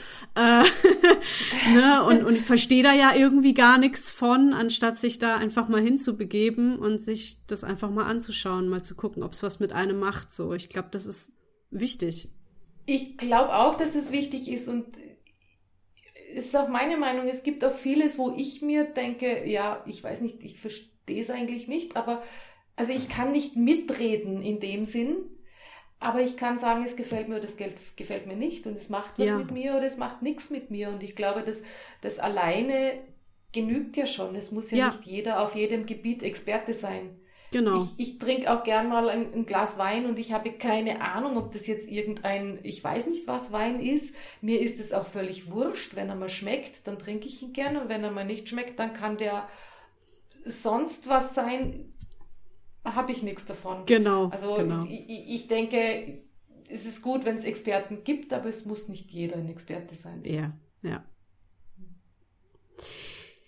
ne? Und ich verstehe da ja irgendwie gar nichts von, anstatt sich da einfach mal hinzubegeben und sich das einfach mal anzuschauen, mal zu gucken, ob es was mit einem macht. So, ich glaube, das ist wichtig. Ich glaube auch, dass es wichtig ist und es ist auch meine Meinung, es gibt auch vieles, wo ich mir denke, ja, ich weiß nicht, ich verstehe es eigentlich nicht, aber also ich kann nicht mitreden in dem Sinn, aber ich kann sagen, es gefällt mir oder es gefällt mir nicht und es macht was mit mir oder es macht nichts mit mir und ich glaube, das alleine genügt ja schon. Es muss ja nicht jeder auf jedem Gebiet Experte sein. Genau. Ich trinke auch gern mal ein Glas Wein und ich habe keine Ahnung, ob das jetzt irgendein, ich weiß nicht, was Wein ist. Mir ist es auch völlig wurscht. Wenn er mal schmeckt, dann trinke ich ihn gerne und wenn er mal nicht schmeckt, dann kann der sonst was sein, habe ich nichts davon. Genau. Also genau. Ich denke, es ist gut, wenn es Experten gibt, aber es muss nicht jeder ein Experte sein. Ja.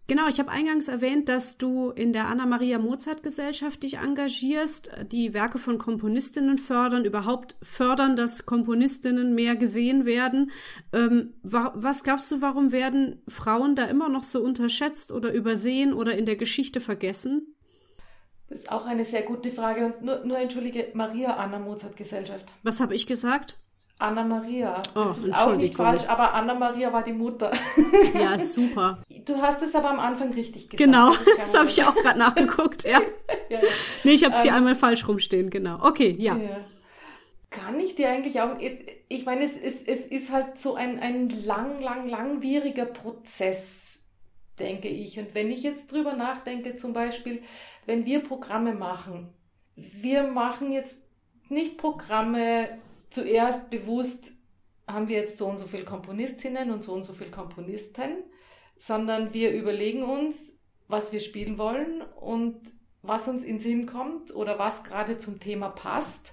Genau, ich habe eingangs erwähnt, dass du in der Anna-Maria-Mozart-Gesellschaft dich engagierst, die Werke von Komponistinnen fördern, überhaupt fördern, dass Komponistinnen mehr gesehen werden. Was glaubst du, warum werden Frauen da immer noch so unterschätzt oder übersehen oder in der Geschichte vergessen? Das ist auch eine sehr gute Frage. Und nur entschuldige, Maria-Anna-Mozart-Gesellschaft. Was habe ich gesagt? Anna-Maria. Oh, das ist auch nicht falsch, aber Anna-Maria war die Mutter. Ja, super. Du hast es aber am Anfang richtig gesagt. Genau, das habe ich auch gerade nachgeguckt, ja. Ja. Nee, ich habe es hier einmal falsch rumstehen, genau. Okay, ja. Kann ich dir eigentlich auch, ich meine, es ist halt so ein langwieriger Prozess, denke ich. Und wenn ich jetzt drüber nachdenke, zum Beispiel, wenn wir Programme machen, wir machen jetzt nicht Programme zuerst bewusst, haben wir jetzt so und so viele Komponistinnen und so viele Komponisten, sondern wir überlegen uns, was wir spielen wollen und was uns in den Sinn kommt oder was gerade zum Thema passt.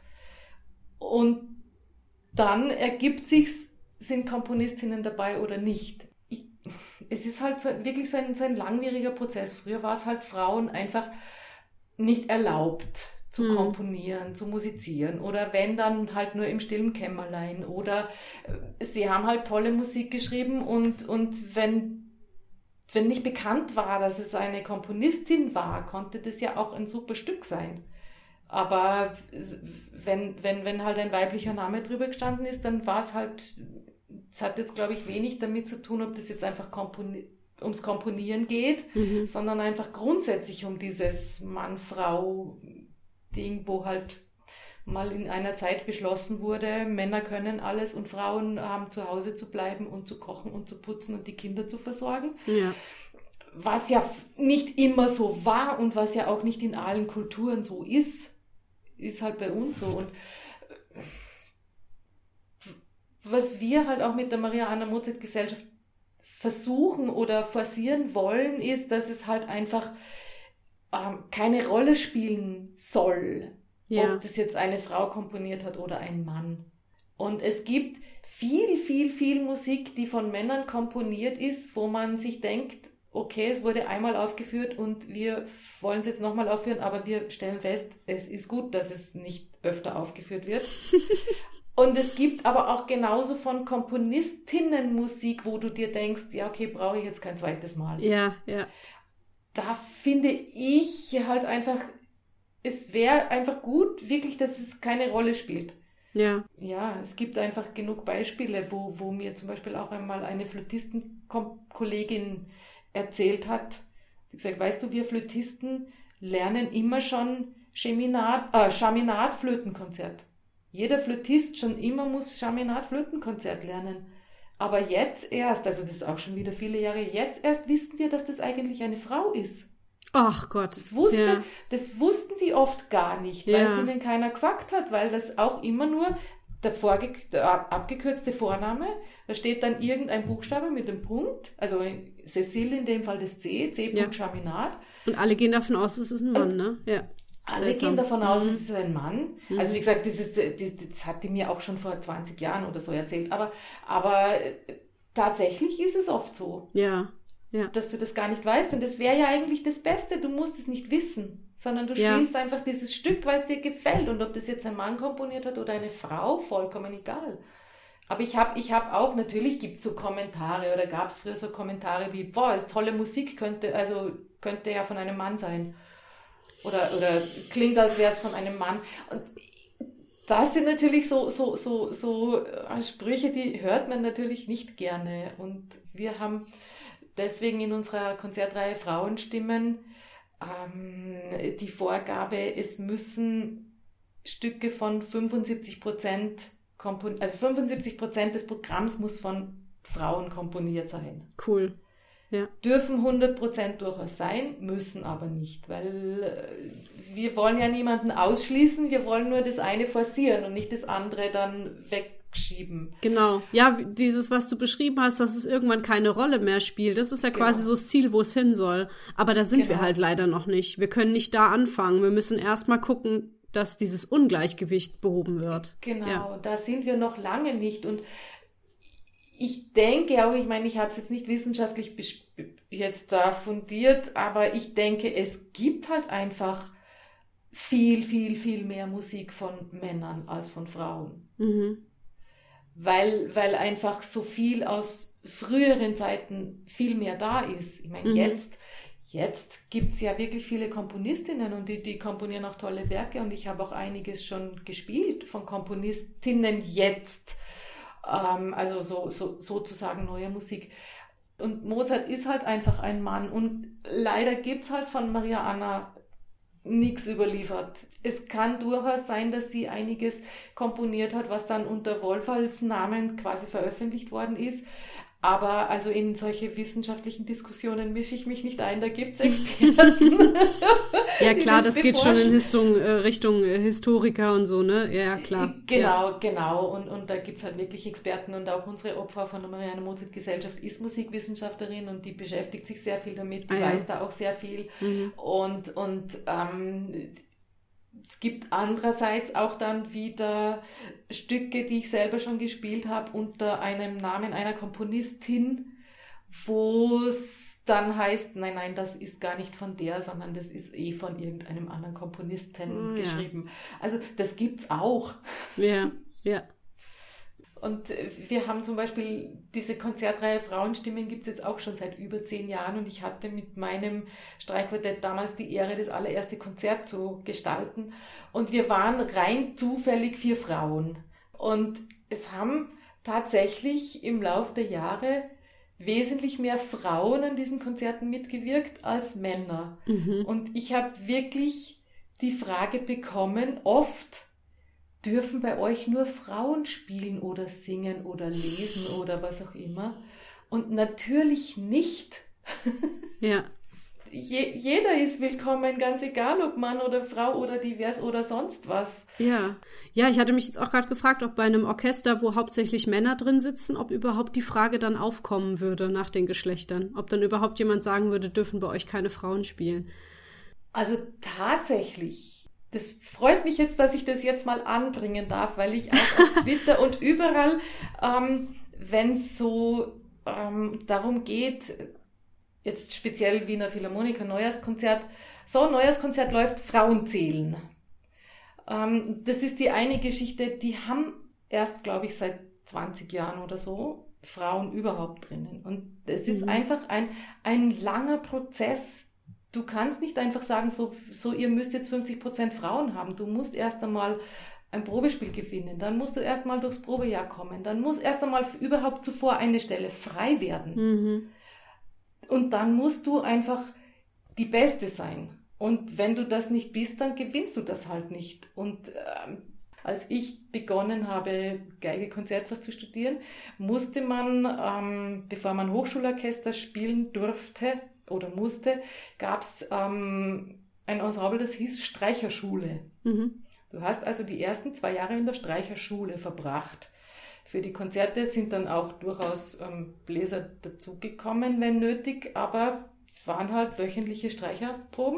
Und dann ergibt sich's, sind Komponistinnen dabei oder nicht. Es ist halt wirklich so ein langwieriger Prozess. Früher war es halt Frauen einfach nicht erlaubt zu komponieren, zu musizieren oder wenn, dann halt nur im stillen Kämmerlein oder sie haben halt tolle Musik geschrieben und wenn nicht bekannt war, dass es eine Komponistin war, konnte das ja auch ein super Stück sein. Aber wenn halt ein weiblicher Name drüber gestanden ist, dann war es halt, es hat jetzt, glaube ich, wenig damit zu tun, ob das jetzt einfach ums Komponieren geht, sondern einfach grundsätzlich um dieses Mann-Frau-Ding, wo halt mal in einer Zeit beschlossen wurde, Männer können alles und Frauen haben zu Hause zu bleiben und zu kochen und zu putzen und die Kinder zu versorgen. Ja. Was ja nicht immer so war und was ja auch nicht in allen Kulturen so ist halt bei uns so. Und was wir halt auch mit der Maria-Anna-Mozart-Gesellschaft versuchen oder forcieren wollen, ist, dass es halt einfach keine Rolle spielen soll, ob das jetzt eine Frau komponiert hat oder ein Mann. Und es gibt viel Musik, die von Männern komponiert ist, wo man sich denkt, okay, es wurde einmal aufgeführt und wir wollen es jetzt nochmal aufführen, aber wir stellen fest, es ist gut, dass es nicht öfter aufgeführt wird. Und es gibt aber auch genauso von Komponistinnen Musik, wo du dir denkst, ja, okay, brauche ich jetzt kein zweites Mal. Ja. Da finde ich halt einfach, es wäre einfach gut, wirklich, dass es keine Rolle spielt. Ja, es gibt einfach genug Beispiele, wo mir zum Beispiel auch einmal eine Flötistenkollegin erzählt hat, die gesagt, weißt du, wir Flötisten lernen immer schon Chaminade-Flötenkonzert. Jeder Flötist schon immer muss Chaminade-Flötenkonzert lernen. Aber jetzt erst, also das ist auch schon wieder viele Jahre, jetzt erst wissen wir, dass das eigentlich eine Frau ist. Ach Gott. Das wussten die oft gar nicht, weil es ihnen keiner gesagt hat, weil das auch immer nur der abgekürzte Vorname, da steht dann irgendein Buchstabe mit dem Punkt, also Cécile in dem Fall das C. Chaminade. Und alle gehen davon aus, es ist ein Mann, ne? Ja. Alle gehen davon aus, es ist ein Mann. Also wie gesagt, das hat die mir auch schon vor 20 Jahren oder so erzählt, aber tatsächlich ist es oft so. Ja. Dass du das gar nicht weißt. Und das wäre ja eigentlich das Beste. Du musst es nicht wissen, sondern du spielst einfach dieses Stück, weil es dir gefällt. Und ob das jetzt ein Mann komponiert hat oder eine Frau, vollkommen egal. Aber ich hab auch, natürlich gibt es so Kommentare oder gab es früher so Kommentare wie, boah, ist tolle Musik, könnte ja von einem Mann sein. Oder klingt, als wäre es von einem Mann. Und das sind natürlich so Sprüche, die hört man natürlich nicht gerne. Und wir haben deswegen in unserer Konzertreihe Frauenstimmen die Vorgabe, es müssen Stücke von 75%, also 75% des Programms muss von Frauen komponiert sein. Cool. Ja. Dürfen 100% durchaus sein, müssen aber nicht, weil wir wollen ja niemanden ausschließen, wir wollen nur das eine forcieren und nicht das andere dann wegschieben. Genau. Ja, dieses, was du beschrieben hast, dass es irgendwann keine Rolle mehr spielt, das ist ja quasi so das Ziel, wo es hin soll. Aber da sind wir halt leider noch nicht. Wir können nicht da anfangen. Wir müssen erst mal gucken, dass dieses Ungleichgewicht behoben wird. Genau, da sind wir noch lange nicht. Und ich denke auch, ich meine, ich habe es jetzt nicht wissenschaftlich jetzt da fundiert, aber ich denke, es gibt halt einfach viel, viel, viel mehr Musik von Männern als von Frauen. Weil einfach so viel aus früheren Zeiten viel mehr da ist. Ich meine, jetzt gibt es ja wirklich viele Komponistinnen und die komponieren auch tolle Werke und ich habe auch einiges schon gespielt von Komponistinnen jetzt, also sozusagen neue Musik. Und Mozart ist halt einfach ein Mann und leider gibt es halt von Maria Anna nichts überliefert. Es kann durchaus sein, dass sie einiges komponiert hat, was dann unter Wohlfalls Namen quasi veröffentlicht worden ist. Aber also in solche wissenschaftlichen Diskussionen mische ich mich nicht ein, da gibt es Experten. Ja klar, das geht schon in Richtung Historiker und so, ne? Ja, klar. Genau. Und da gibt es halt wirklich Experten und auch unsere Opfer von der Marianne Mozart Gesellschaft ist Musikwissenschaftlerin und die beschäftigt sich sehr viel damit, die weiß da auch sehr viel. Und es gibt andererseits auch dann wieder Stücke, die ich selber schon gespielt habe, unter einem Namen einer Komponistin, wo es dann heißt, nein, das ist gar nicht von der, sondern das ist von irgendeinem anderen Komponisten geschrieben. Also das gibt's auch. Ja. Und wir haben zum Beispiel diese Konzertreihe Frauenstimmen gibt es jetzt auch schon seit über 10 Jahren und ich hatte mit meinem Streichquartett damals die Ehre, das allererste Konzert zu gestalten und wir waren rein zufällig 4 Frauen und es haben tatsächlich im Lauf der Jahre wesentlich mehr Frauen an diesen Konzerten mitgewirkt als Männer. Und ich habe wirklich die Frage bekommen, oft, dürfen bei euch nur Frauen spielen oder singen oder lesen oder was auch immer? Und natürlich nicht. Ja. Jeder ist willkommen, ganz egal, ob Mann oder Frau oder divers oder sonst was. Ja, ich hatte mich jetzt auch gerade gefragt, ob bei einem Orchester, wo hauptsächlich Männer drin sitzen, ob überhaupt die Frage dann aufkommen würde nach den Geschlechtern. Ob dann überhaupt jemand sagen würde, dürfen bei euch keine Frauen spielen. Also tatsächlich. Das freut mich jetzt, dass ich das jetzt mal anbringen darf, weil ich auch auf Twitter und überall, wenn es so darum geht, jetzt speziell Wiener Philharmoniker, Neujahrskonzert läuft, Frauen zählen. Das ist die eine Geschichte, die haben erst, glaube ich, seit 20 Jahren oder so Frauen überhaupt drinnen. Und es ist einfach ein langer Prozess. Du kannst nicht einfach sagen, so ihr müsst jetzt 50% Frauen haben. Du musst erst einmal ein Probespiel gewinnen. Dann musst du erst mal durchs Probejahr kommen. Dann muss erst einmal überhaupt zuvor eine Stelle frei werden. Und dann musst du einfach die Beste sein. Und wenn du das nicht bist, dann gewinnst du das halt nicht. Und als ich begonnen habe, Geige-Konzertfach zu studieren, musste man, bevor man Hochschulorchester spielen durfte, oder musste, gab es ein Ensemble, das hieß Streicherschule. Du hast also die ersten 2 Jahre in der Streicherschule verbracht. Für die Konzerte sind dann auch durchaus Bläser dazugekommen, wenn nötig, aber es waren halt wöchentliche Streicherproben.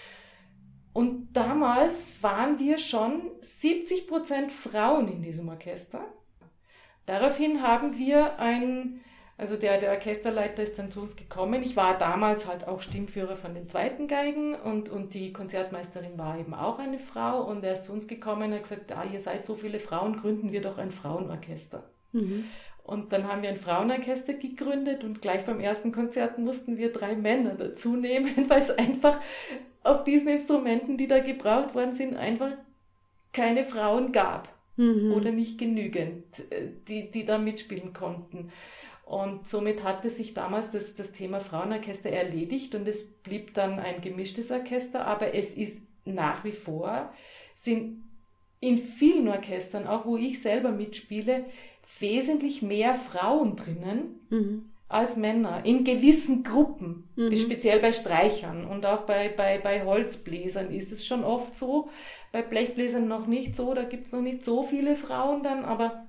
Und damals waren wir schon 70% Frauen in diesem Orchester. Daraufhin haben wir also der Orchesterleiter ist dann zu uns gekommen. Ich war damals halt auch Stimmführer von den zweiten Geigen und die Konzertmeisterin war eben auch eine Frau und er ist zu uns gekommen und hat gesagt, ihr seid so viele Frauen, gründen wir doch ein Frauenorchester. Und dann haben wir ein Frauenorchester gegründet und gleich beim ersten Konzert mussten wir 3 Männer dazu nehmen, weil es einfach auf diesen Instrumenten, die da gebraucht worden sind, einfach keine Frauen gab oder nicht genügend, die da mitspielen konnten. Und somit hatte sich damals das Thema Frauenorchester erledigt und es blieb dann ein gemischtes Orchester, aber es ist nach wie vor, sind in vielen Orchestern, auch wo ich selber mitspiele, wesentlich mehr Frauen drinnen als Männer, in gewissen Gruppen, speziell bei Streichern und auch bei Holzbläsern ist es schon oft so, bei Blechbläsern noch nicht so, da gibt es noch nicht so viele Frauen dann, aber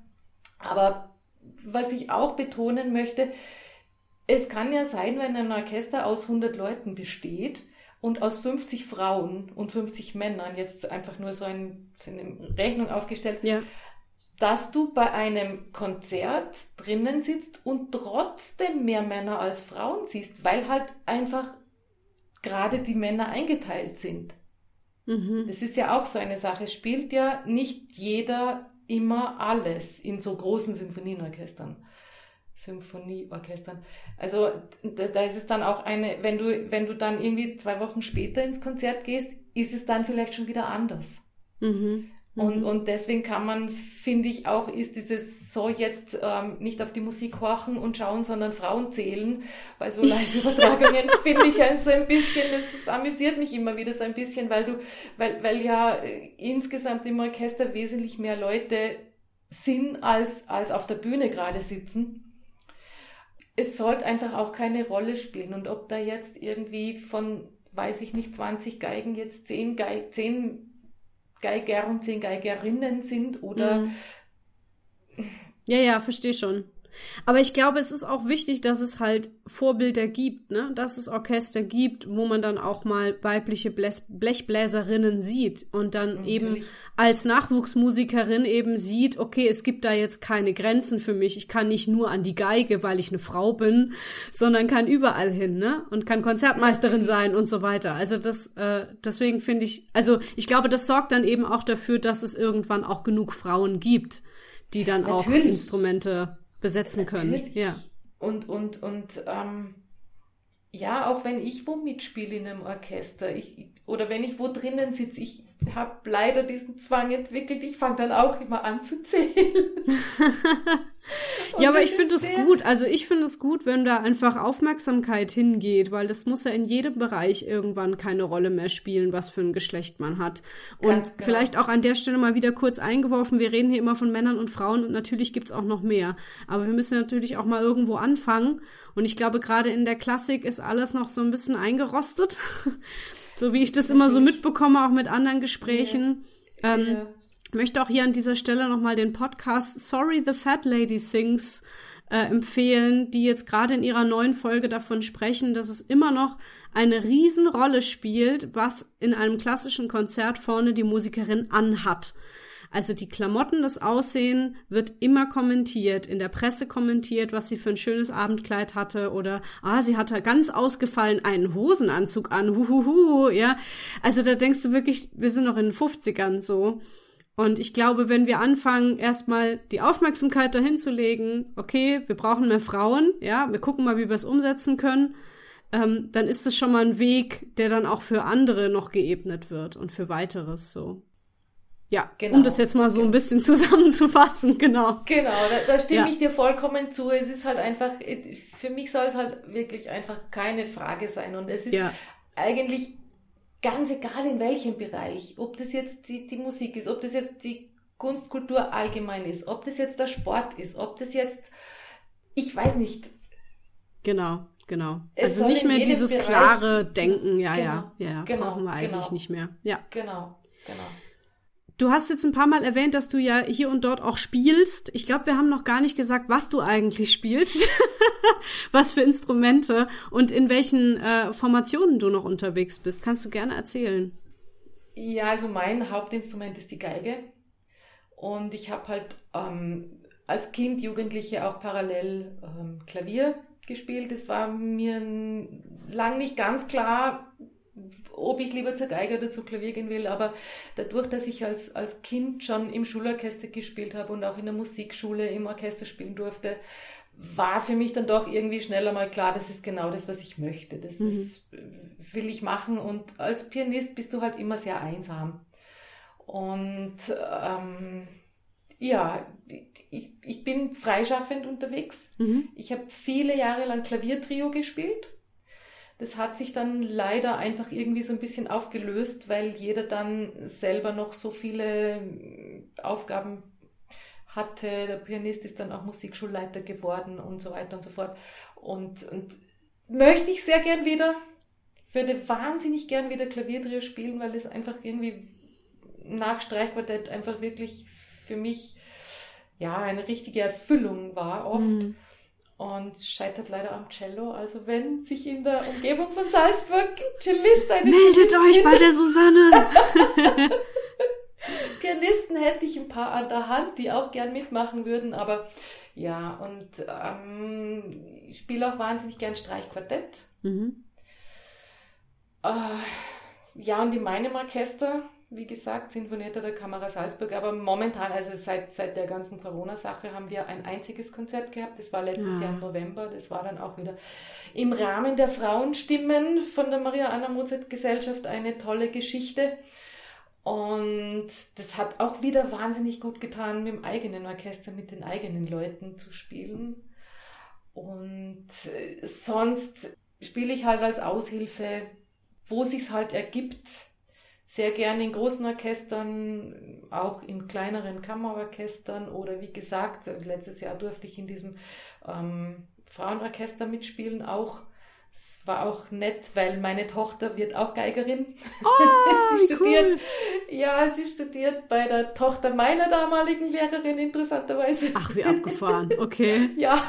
was ich auch betonen möchte, es kann ja sein, wenn ein Orchester aus 100 Leuten besteht und aus 50 Frauen und 50 Männern, jetzt einfach nur so eine Rechnung aufgestellt, dass du bei einem Konzert drinnen sitzt und trotzdem mehr Männer als Frauen siehst, weil halt einfach gerade die Männer eingeteilt sind. Das ist ja auch so eine Sache. Spielt ja nicht jeder immer alles in so großen Symphonieorchestern. Also da ist es dann auch wenn du dann irgendwie 2 Wochen später ins Konzert gehst, ist es dann vielleicht schon wieder anders. Und deswegen kann man, finde ich auch, ist dieses so jetzt nicht auf die Musik horchen und schauen, sondern Frauen zählen, bei so Live-Übertragungen finde ich so ein bisschen, es amüsiert mich immer wieder so ein bisschen, weil ja insgesamt im Orchester wesentlich mehr Leute sind, als auf der Bühne gerade sitzen. Es sollte einfach auch keine Rolle spielen. Und ob da jetzt irgendwie von, weiß ich nicht, 20 Geigen jetzt 10 Geiger und 10 Geigerinnen sind oder... Ja, verstehe schon. Aber ich glaube, es ist auch wichtig, dass es halt Vorbilder gibt, ne? Dass es Orchester gibt, wo man dann auch mal weibliche Blechbläserinnen sieht und dann natürlich eben als Nachwuchsmusikerin eben sieht, okay, es gibt da jetzt keine Grenzen für mich. Ich kann nicht nur an die Geige, weil ich eine Frau bin, sondern kann überall hin, ne? Und kann Konzertmeisterin sein und so weiter. Also deswegen finde ich, also ich glaube, das sorgt dann eben auch dafür, dass es irgendwann auch genug Frauen gibt, die dann auch Instrumente besetzen können. Natürlich. Ja. Und ja, auch wenn ich wo mitspiele in einem Orchester, oder wenn ich wo drinnen sitze, ich habe leider diesen Zwang entwickelt, ich fange dann auch immer an zu zählen. Ja, aber ich finde es gut. Also ich finde es gut, wenn da einfach Aufmerksamkeit hingeht, weil das muss ja in jedem Bereich irgendwann keine Rolle mehr spielen, was für ein Geschlecht man hat. Und vielleicht auch an der Stelle mal wieder kurz eingeworfen, wir reden hier immer von Männern und Frauen und natürlich gibt's auch noch mehr. Aber wir müssen natürlich auch mal irgendwo anfangen. Und ich glaube, gerade in der Klassik ist alles noch so ein bisschen eingerostet. So wie ich das immer so mitbekomme, auch mit anderen Gesprächen. Ich möchte auch hier an dieser Stelle nochmal den Podcast Sorry the Fat Lady Sings empfehlen, die jetzt gerade in ihrer neuen Folge davon sprechen, dass es immer noch eine Riesenrolle spielt, was in einem klassischen Konzert vorne die Musikerin anhat. Also die Klamotten, das Aussehen wird immer kommentiert, in der Presse kommentiert, was sie für ein schönes Abendkleid hatte oder, sie hatte ganz ausgefallen einen Hosenanzug an, ja. Also da denkst du wirklich, wir sind noch in den 50ern so. Und ich glaube, wenn wir anfangen, erstmal die Aufmerksamkeit dahin zu legen, okay, wir brauchen mehr Frauen, ja, wir gucken mal, wie wir es umsetzen können, dann ist es schon mal ein Weg, der dann auch für andere noch geebnet wird und für weiteres so. Ja, genau, um das jetzt mal so ein bisschen zusammenzufassen, genau. Genau, da stimme ich dir vollkommen zu. Es ist halt einfach, für mich soll es halt wirklich einfach keine Frage sein. Und es ist eigentlich ganz egal in welchem Bereich, ob das jetzt die Musik ist, ob das jetzt die Kunstkultur allgemein ist, ob das jetzt der Sport ist, ob das jetzt, ich weiß nicht. Genau. Also nicht mehr dieses Bereich, klare Denken, brauchen wir eigentlich nicht mehr. Ja. Genau. Du hast jetzt ein paar Mal erwähnt, dass du ja hier und dort auch spielst. Ich glaube, wir haben noch gar nicht gesagt, was du eigentlich spielst, was für Instrumente und in welchen Formationen du noch unterwegs bist. Kannst du gerne erzählen. Ja, also mein Hauptinstrument ist die Geige und ich habe halt als Kind, Jugendliche auch parallel Klavier gespielt. Es war mir lang nicht ganz klar, ob ich lieber zur Geige oder zum Klavier gehen will, aber dadurch, dass ich als Kind schon im Schulorchester gespielt habe und auch in der Musikschule im Orchester spielen durfte, war für mich dann doch irgendwie schneller mal klar, das ist genau das, was ich möchte. Das will ich machen und als Pianist bist du halt immer sehr einsam. Und ich bin freischaffend unterwegs. Ich habe viele Jahre lang Klaviertrio gespielt. Das hat sich dann leider einfach irgendwie so ein bisschen aufgelöst, weil jeder dann selber noch so viele Aufgaben hatte. Der Pianist ist dann auch Musikschulleiter geworden und so weiter und so fort. Und möchte ich sehr gern wieder, würde wahnsinnig gern wieder Klaviertrio spielen, weil es einfach irgendwie nach Streichquartett einfach wirklich für mich eine richtige Erfüllung war oft. Und scheitert leider am Cello. Also wenn sich in der Umgebung von Salzburg Meldet euch bei der Susanne! Pianisten hätte ich ein paar an der Hand, die auch gern mitmachen würden, aber ja, und ich spiele auch wahnsinnig gern Streichquartett. Ja, und in meinem Orchester, wie gesagt, Sinfonietta der Kamera Salzburg, aber momentan, also seit der ganzen Corona-Sache, haben wir ein einziges Konzert gehabt. Das war letztes Jahr im November. Das war dann auch wieder im Rahmen der Frauenstimmen von der Maria-Anna-Mozart-Gesellschaft eine tolle Geschichte. Und das hat auch wieder wahnsinnig gut getan, mit dem eigenen Orchester, mit den eigenen Leuten zu spielen. Und sonst spiele ich halt als Aushilfe, wo sich's halt ergibt, sehr gerne in großen Orchestern, auch in kleineren Kammerorchestern oder wie gesagt, letztes Jahr durfte ich in diesem Frauenorchester mitspielen auch. Es war auch nett, weil meine Tochter wird auch Geigerin. Oh, wie cool. Ja, sie studiert bei der Tochter meiner damaligen Lehrerin, interessanterweise. Ach, wie abgefahren, okay. Ja,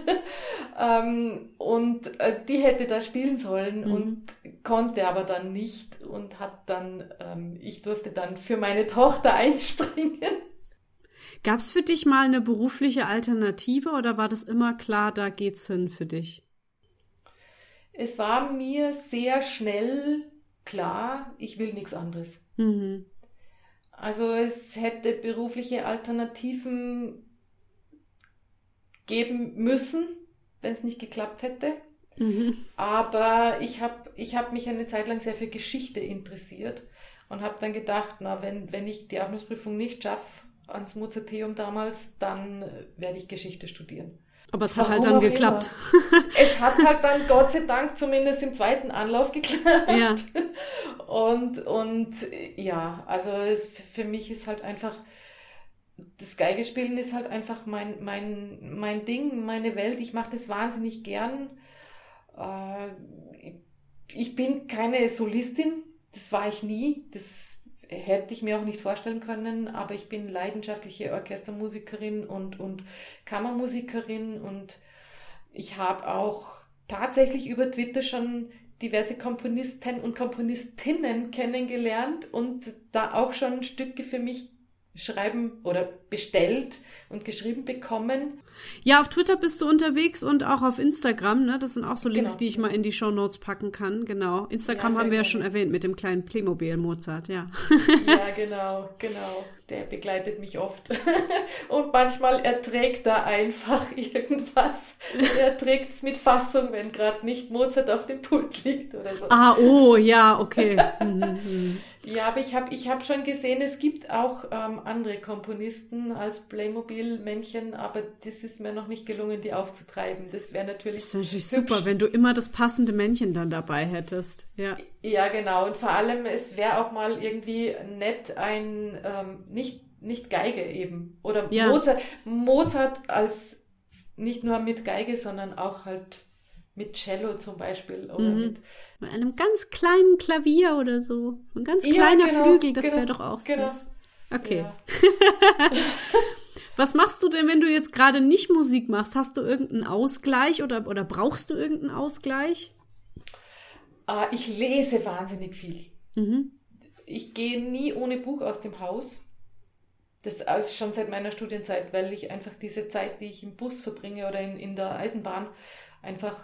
und die hätte da spielen sollen und konnte aber dann nicht und hat dann, ich durfte dann für meine Tochter einspringen. Gab es für dich mal eine berufliche Alternative oder war das immer klar, da geht's hin für dich? Es war mir sehr schnell klar, ich will nichts anderes. Also es hätte berufliche Alternativen geben müssen, wenn es nicht geklappt hätte. Aber ich hab mich eine Zeit lang sehr für Geschichte interessiert und habe dann gedacht, na, wenn ich die Aufnahmeprüfung nicht schaffe ans Mozarteum damals, dann werde ich Geschichte studieren. Aber es hat halt dann geklappt. Es hat halt dann Gott sei Dank zumindest im zweiten Anlauf geklappt. Ja. Und ja, also für mich ist halt einfach, das Geigespielen ist halt einfach mein Ding, meine Welt. Ich mache das wahnsinnig gern. Ich bin keine Solistin, das war ich nie. Das hätte ich mir auch nicht vorstellen können, aber ich bin leidenschaftliche Orchestermusikerin und Kammermusikerin und ich habe auch tatsächlich über Twitter schon diverse Komponisten und Komponistinnen kennengelernt und da auch schon Stücke für mich schreiben oder bestellt und geschrieben bekommen. Ja, auf Twitter bist du unterwegs und auch auf Instagram, ne? Das sind auch so Links, Genau. die ich mal in die Shownotes packen kann, genau. Instagram haben wir ja schon erwähnt mit dem kleinen Playmobil Mozart, ja. Ja, genau. Der begleitet mich oft. Und manchmal erträgt er einfach irgendwas. Er trägt es mit Fassung, wenn gerade nicht Mozart auf dem Pult liegt oder so. Ah, oh, ja, okay. Ja, aber ich hab schon gesehen, es gibt auch andere Komponisten als Playmobil-Männchen, aber das ist mir noch nicht gelungen, die aufzutreiben. Das wäre natürlich super, wenn du immer das passende Männchen dann dabei hättest. Ja, ja, genau. Und vor allem, es wäre auch mal irgendwie nett, ein nicht Geige eben. Oder ja. Mozart als nicht nur mit Geige, sondern auch halt mit Cello zum Beispiel. Oder mit einem ganz kleinen Klavier oder so. So ein ganz kleiner Flügel, das wäre doch auch süß. Okay. Ja. Was machst du denn, wenn du jetzt gerade nicht Musik machst? Hast du irgendeinen Ausgleich oder brauchst du irgendeinen Ausgleich? Ich lese wahnsinnig viel. Ich gehe nie ohne Buch aus dem Haus. Das ist schon seit meiner Studienzeit, weil ich einfach diese Zeit, die ich im Bus verbringe oder in der Eisenbahn, einfach,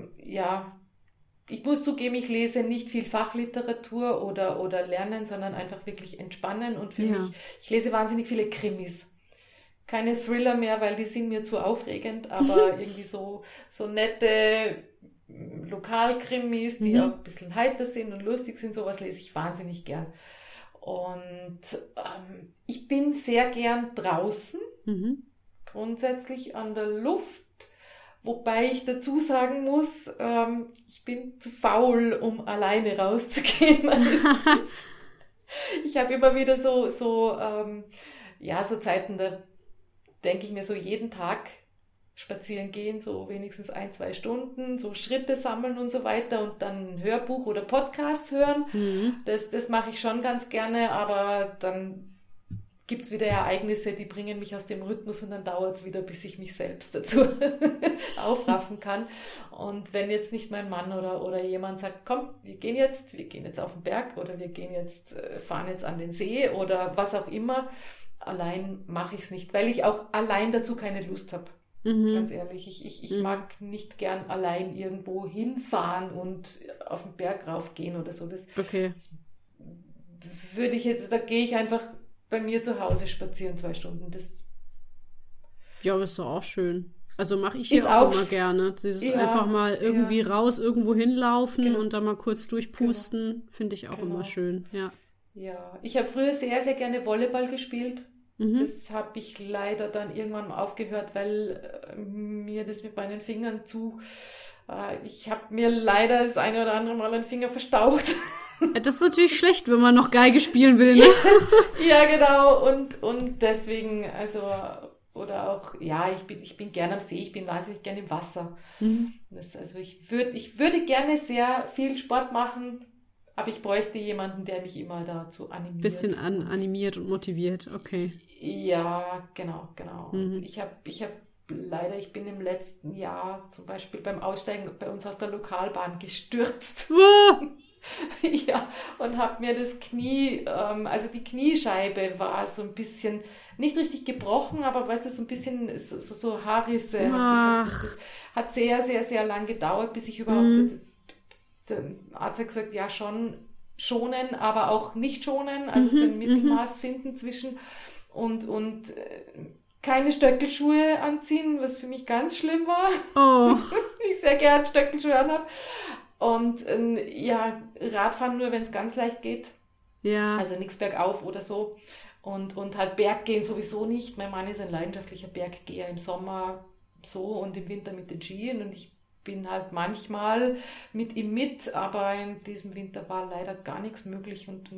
ich muss zugeben, ich lese nicht viel Fachliteratur oder lernen, sondern einfach wirklich entspannen und für mich, ich lese wahnsinnig viele Krimis. Keine Thriller mehr, weil die sind mir zu aufregend, aber irgendwie so nette Lokalkrimis, die auch ein bisschen heiter sind und lustig sind, sowas lese ich wahnsinnig gern. Und ich bin sehr gern draußen, grundsätzlich an der Luft, wobei ich dazu sagen muss, ich bin zu faul, um alleine rauszugehen meistens. Ich habe immer wieder so Zeiten, da denke ich mir so jeden Tag spazieren gehen, so wenigstens 1-2 Stunden, so Schritte sammeln und so weiter und dann ein Hörbuch oder Podcasts hören. Das mache ich schon ganz gerne, aber dann gibt es wieder Ereignisse, die bringen mich aus dem Rhythmus und dann dauert es wieder, bis ich mich selbst dazu aufraffen kann. Und wenn jetzt nicht mein Mann oder jemand sagt, komm, wir gehen jetzt auf den Berg oder wir fahren jetzt an den See oder was auch immer, allein mache ich es nicht, weil ich auch allein dazu keine Lust habe. Ganz ehrlich, ich mag nicht gern allein irgendwo hinfahren und auf den Berg raufgehen oder so. Das würde ich jetzt, da gehe ich einfach bei mir zu Hause spazieren 2 Stunden. Ja, aber ist doch auch schön. Also mache ich hier auch immer gerne. Dieses einfach mal irgendwie raus, irgendwo hinlaufen und dann mal kurz durchpusten, finde ich auch immer schön. Ja, ich habe früher sehr, sehr gerne Volleyball gespielt. Das habe ich leider dann irgendwann mal aufgehört, weil mir das mit meinen Fingern ich habe mir leider das eine oder andere Mal einen Finger verstaucht. Das ist natürlich schlecht, wenn man noch Geige spielen will, ne? Ja, genau. Und deswegen, also, oder auch, ich bin gerne am See, ich bin wahnsinnig gerne im Wasser. Also ich würde gerne sehr viel Sport machen, aber ich bräuchte jemanden, der mich immer dazu animiert. Bisschen animiert und motiviert, okay. Ja, genau. Ich bin im letzten Jahr zum Beispiel beim Aussteigen bei uns aus der Lokalbahn gestürzt. Ja, und habe mir das Knie, also die Kniescheibe war so ein bisschen, nicht richtig gebrochen, aber weißt du, so ein bisschen so Haarrisse. Das hat sehr, sehr, sehr lang gedauert, bis ich überhaupt, der Arzt hat gesagt, ja schon schonen, aber auch nicht schonen, also so ein Mittelmaß finden zwischen und keine Stöckelschuhe anziehen, was für mich ganz schlimm war. Ich sehr gerne Stöckelschuhe anhabe. Und Radfahren nur, wenn es ganz leicht geht. Ja. Also nichts bergauf oder so. Und halt Berggehen sowieso nicht. Mein Mann ist ein leidenschaftlicher Berggeher, im Sommer so und im Winter mit den Skien. Und ich bin halt manchmal mit ihm mit, aber in diesem Winter war leider gar nichts möglich. Und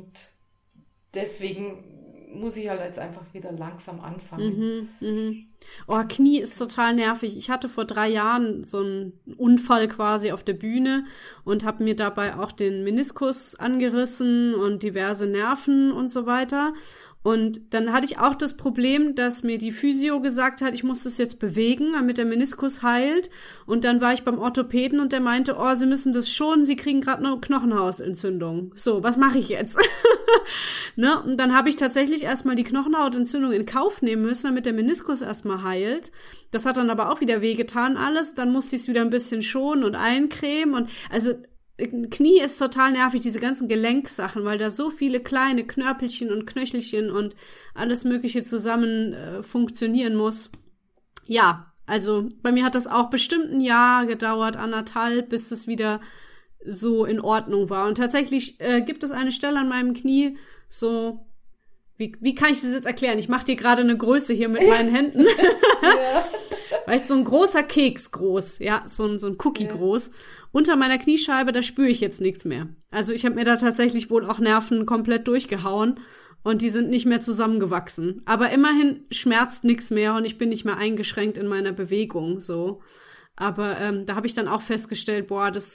deswegen muss ich halt jetzt einfach wieder langsam anfangen. Oh, Knie ist total nervig. Ich hatte vor 3 Jahren so einen Unfall quasi auf der Bühne und habe mir dabei auch den Meniskus angerissen und diverse Nerven und so weiter. Und dann hatte ich auch das Problem, dass mir die Physio gesagt hat, ich muss das jetzt bewegen, damit der Meniskus heilt. Und dann war ich beim Orthopäden und der meinte, oh, Sie müssen das schonen, Sie kriegen gerade eine Knochenhautentzündung. So, was mache ich jetzt? Ne? Und dann habe ich tatsächlich erstmal die Knochenhautentzündung in Kauf nehmen müssen, damit der Meniskus erstmal heilt. Das hat dann aber auch wieder wehgetan alles. Dann musste ich es wieder ein bisschen schonen und eincremen. Und also Knie ist total nervig, diese ganzen Gelenksachen, weil da so viele kleine Knörpelchen und Knöchelchen und alles Mögliche zusammen funktionieren muss. Ja, also bei mir hat das auch bestimmt ein Jahr gedauert, 1,5, bis es wieder so in Ordnung war. Und tatsächlich gibt es eine Stelle an meinem Knie, so, wie kann ich das jetzt erklären? Ich mache dir gerade eine Größe hier mit meinen Händen. Ja. Vielleicht so ein großer Keks groß, ja, so ein Cookie groß. Unter meiner Kniescheibe, da spüre ich jetzt nichts mehr. Also ich habe mir da tatsächlich wohl auch Nerven komplett durchgehauen und die sind nicht mehr zusammengewachsen. Aber immerhin schmerzt nichts mehr und ich bin nicht mehr eingeschränkt in meiner Bewegung, so. Aber da habe ich dann auch festgestellt, das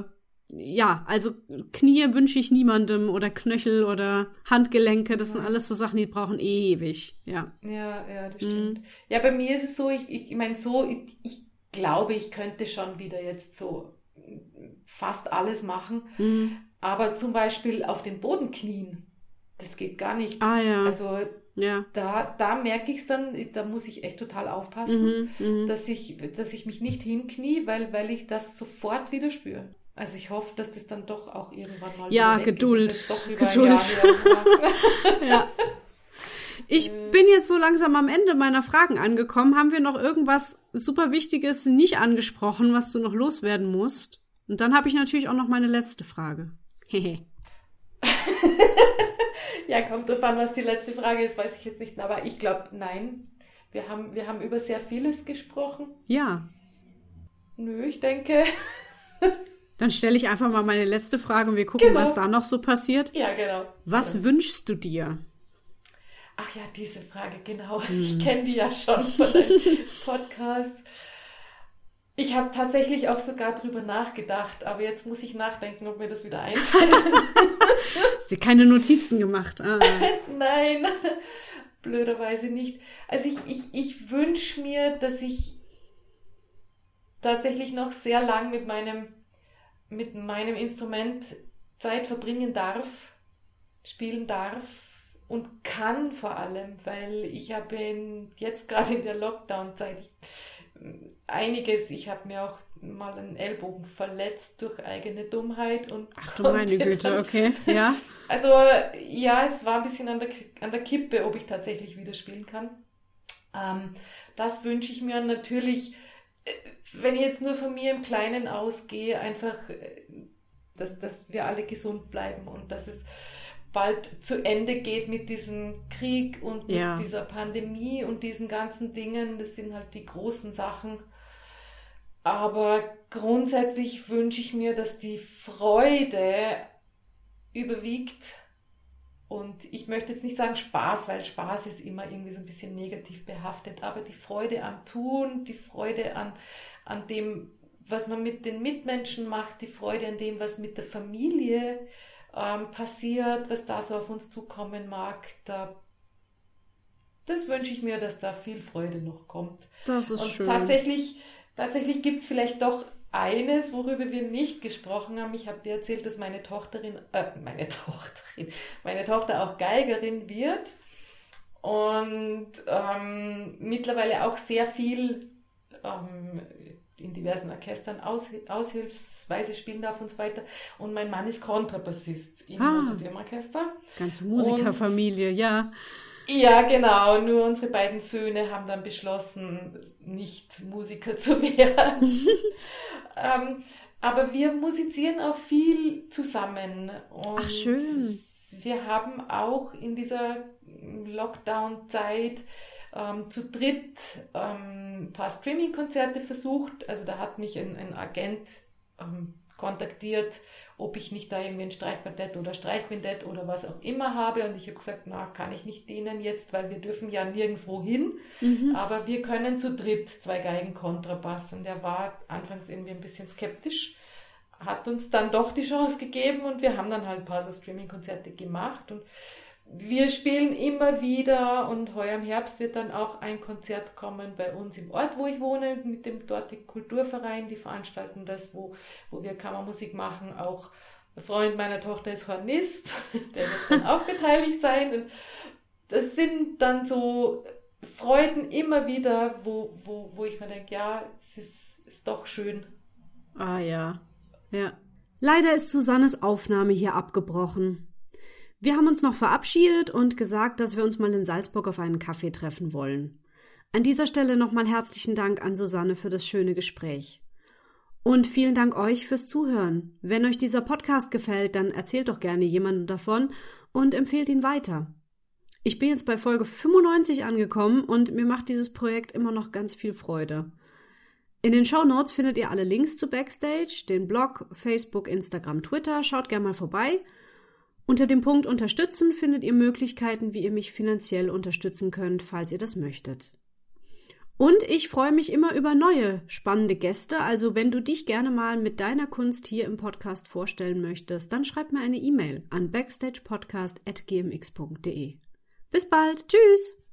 also Knie wünsche ich niemandem oder Knöchel oder Handgelenke, das sind alles so Sachen, die brauchen ewig, ja. Ja, das stimmt. Ja, bei mir ist es so, ich meine so, ich glaube, ich könnte schon wieder jetzt so fast alles machen, aber zum Beispiel auf den Boden knien, das geht gar nicht. Ja. Also da merke ich es dann, da muss ich echt total aufpassen, dass ich mich nicht hinknie, weil ich das sofort wieder spüre. Also ich hoffe, dass das dann doch auch irgendwann mal wieder weg ist. Geduld. Ja. Ich bin jetzt so langsam am Ende meiner Fragen angekommen. Haben wir noch irgendwas super Wichtiges nicht angesprochen, was du noch loswerden musst? Und dann habe ich natürlich auch noch meine letzte Frage. Ja, kommt drauf an, was die letzte Frage ist, weiß ich jetzt nicht. Aber ich glaube, nein. Wir haben über sehr vieles gesprochen. Ja. Nö, ich denke... Dann stelle ich einfach mal meine letzte Frage und wir gucken, was da noch so passiert. Ja, genau. Was wünschst du dir? Ach ja, diese Frage, genau. Ich kenne die ja schon von deinem Podcast. Ich habe tatsächlich auch sogar drüber nachgedacht, aber jetzt muss ich nachdenken, ob mir das wieder einfällt. Hast dir keine Notizen gemacht? Nein, blöderweise nicht. Also ich wünsche mir, dass ich tatsächlich noch sehr lang mit meinem Instrument Zeit verbringen darf, spielen darf und kann vor allem, weil ich habe jetzt gerade in der Lockdown-Zeit einiges, ich habe mir auch mal einen Ellbogen verletzt durch eigene Dummheit. Ach du meine Güte, okay, ja. Also ja, es war ein bisschen an der Kippe, ob ich tatsächlich wieder spielen kann. Das wünsche ich mir natürlich, wenn ich jetzt nur von mir im Kleinen ausgehe, einfach, dass wir alle gesund bleiben und dass es bald zu Ende geht mit diesem Krieg und mit dieser Pandemie und diesen ganzen Dingen. Das sind halt die großen Sachen. Aber grundsätzlich wünsche ich mir, dass die Freude überwiegt. Und ich möchte jetzt nicht sagen Spaß, weil Spaß ist immer irgendwie so ein bisschen negativ behaftet, aber die Freude am Tun, die Freude an dem, was man mit den Mitmenschen macht, die Freude an dem, was mit der Familie passiert, was da so auf uns zukommen mag, das wünsche ich mir, dass da viel Freude noch kommt. Das ist schön. Tatsächlich gibt es vielleicht doch eines, worüber wir nicht gesprochen haben. Ich habe dir erzählt, dass meine Tochter auch Geigerin wird und mittlerweile auch sehr viel in diversen Orchestern aushilfsweise spielen darf und so weiter. Und mein Mann ist Kontrabassist im Mozart-Orchester. Ganze Musikerfamilie, ja. Ja, genau. Nur unsere beiden Söhne haben dann beschlossen, nicht Musiker zu werden. Aber wir musizieren auch viel zusammen. Und ach, schön. Wir haben auch in dieser Lockdown-Zeit zu dritt ein paar Streaming-Konzerte versucht. Also da hat mich ein Agent kontaktiert, ob ich nicht da irgendwie ein Streichquartett oder Streichquintett oder was auch immer habe. Und ich habe gesagt, kann ich nicht dienen jetzt, weil wir dürfen ja nirgendwo hin. Aber wir können zu dritt 2 Geigen Kontrabass. Und er war anfangs irgendwie ein bisschen skeptisch, hat uns dann doch die Chance gegeben und wir haben dann halt ein paar so Streaming-Konzerte gemacht. Und wir spielen immer wieder und heuer im Herbst wird dann auch ein Konzert kommen bei uns im Ort, wo ich wohne, mit dem dortigen Kulturverein, die veranstalten das, wo wir Kammermusik machen. Auch ein Freund meiner Tochter ist Hornist, der wird dann auch beteiligt sein. Und das sind dann so Freuden immer wieder, wo ich mir denke, ja, es ist doch schön. Ah ja, ja. Leider ist Susannes Aufnahme hier abgebrochen. Wir haben uns noch verabschiedet und gesagt, dass wir uns mal in Salzburg auf einen Kaffee treffen wollen. An dieser Stelle nochmal herzlichen Dank an Susanne für das schöne Gespräch. Und vielen Dank euch fürs Zuhören. Wenn euch dieser Podcast gefällt, dann erzählt doch gerne jemandem davon und empfehlt ihn weiter. Ich bin jetzt bei Folge 95 angekommen und mir macht dieses Projekt immer noch ganz viel Freude. In den Shownotes findet ihr alle Links zu Backstage, den Blog, Facebook, Instagram, Twitter. Schaut gerne mal vorbei. Unter dem Punkt Unterstützen findet ihr Möglichkeiten, wie ihr mich finanziell unterstützen könnt, falls ihr das möchtet. Und ich freue mich immer über neue, spannende Gäste, also wenn du dich gerne mal mit deiner Kunst hier im Podcast vorstellen möchtest, dann schreib mir eine E-Mail an backstagepodcast@gmx.de. Bis bald, tschüss!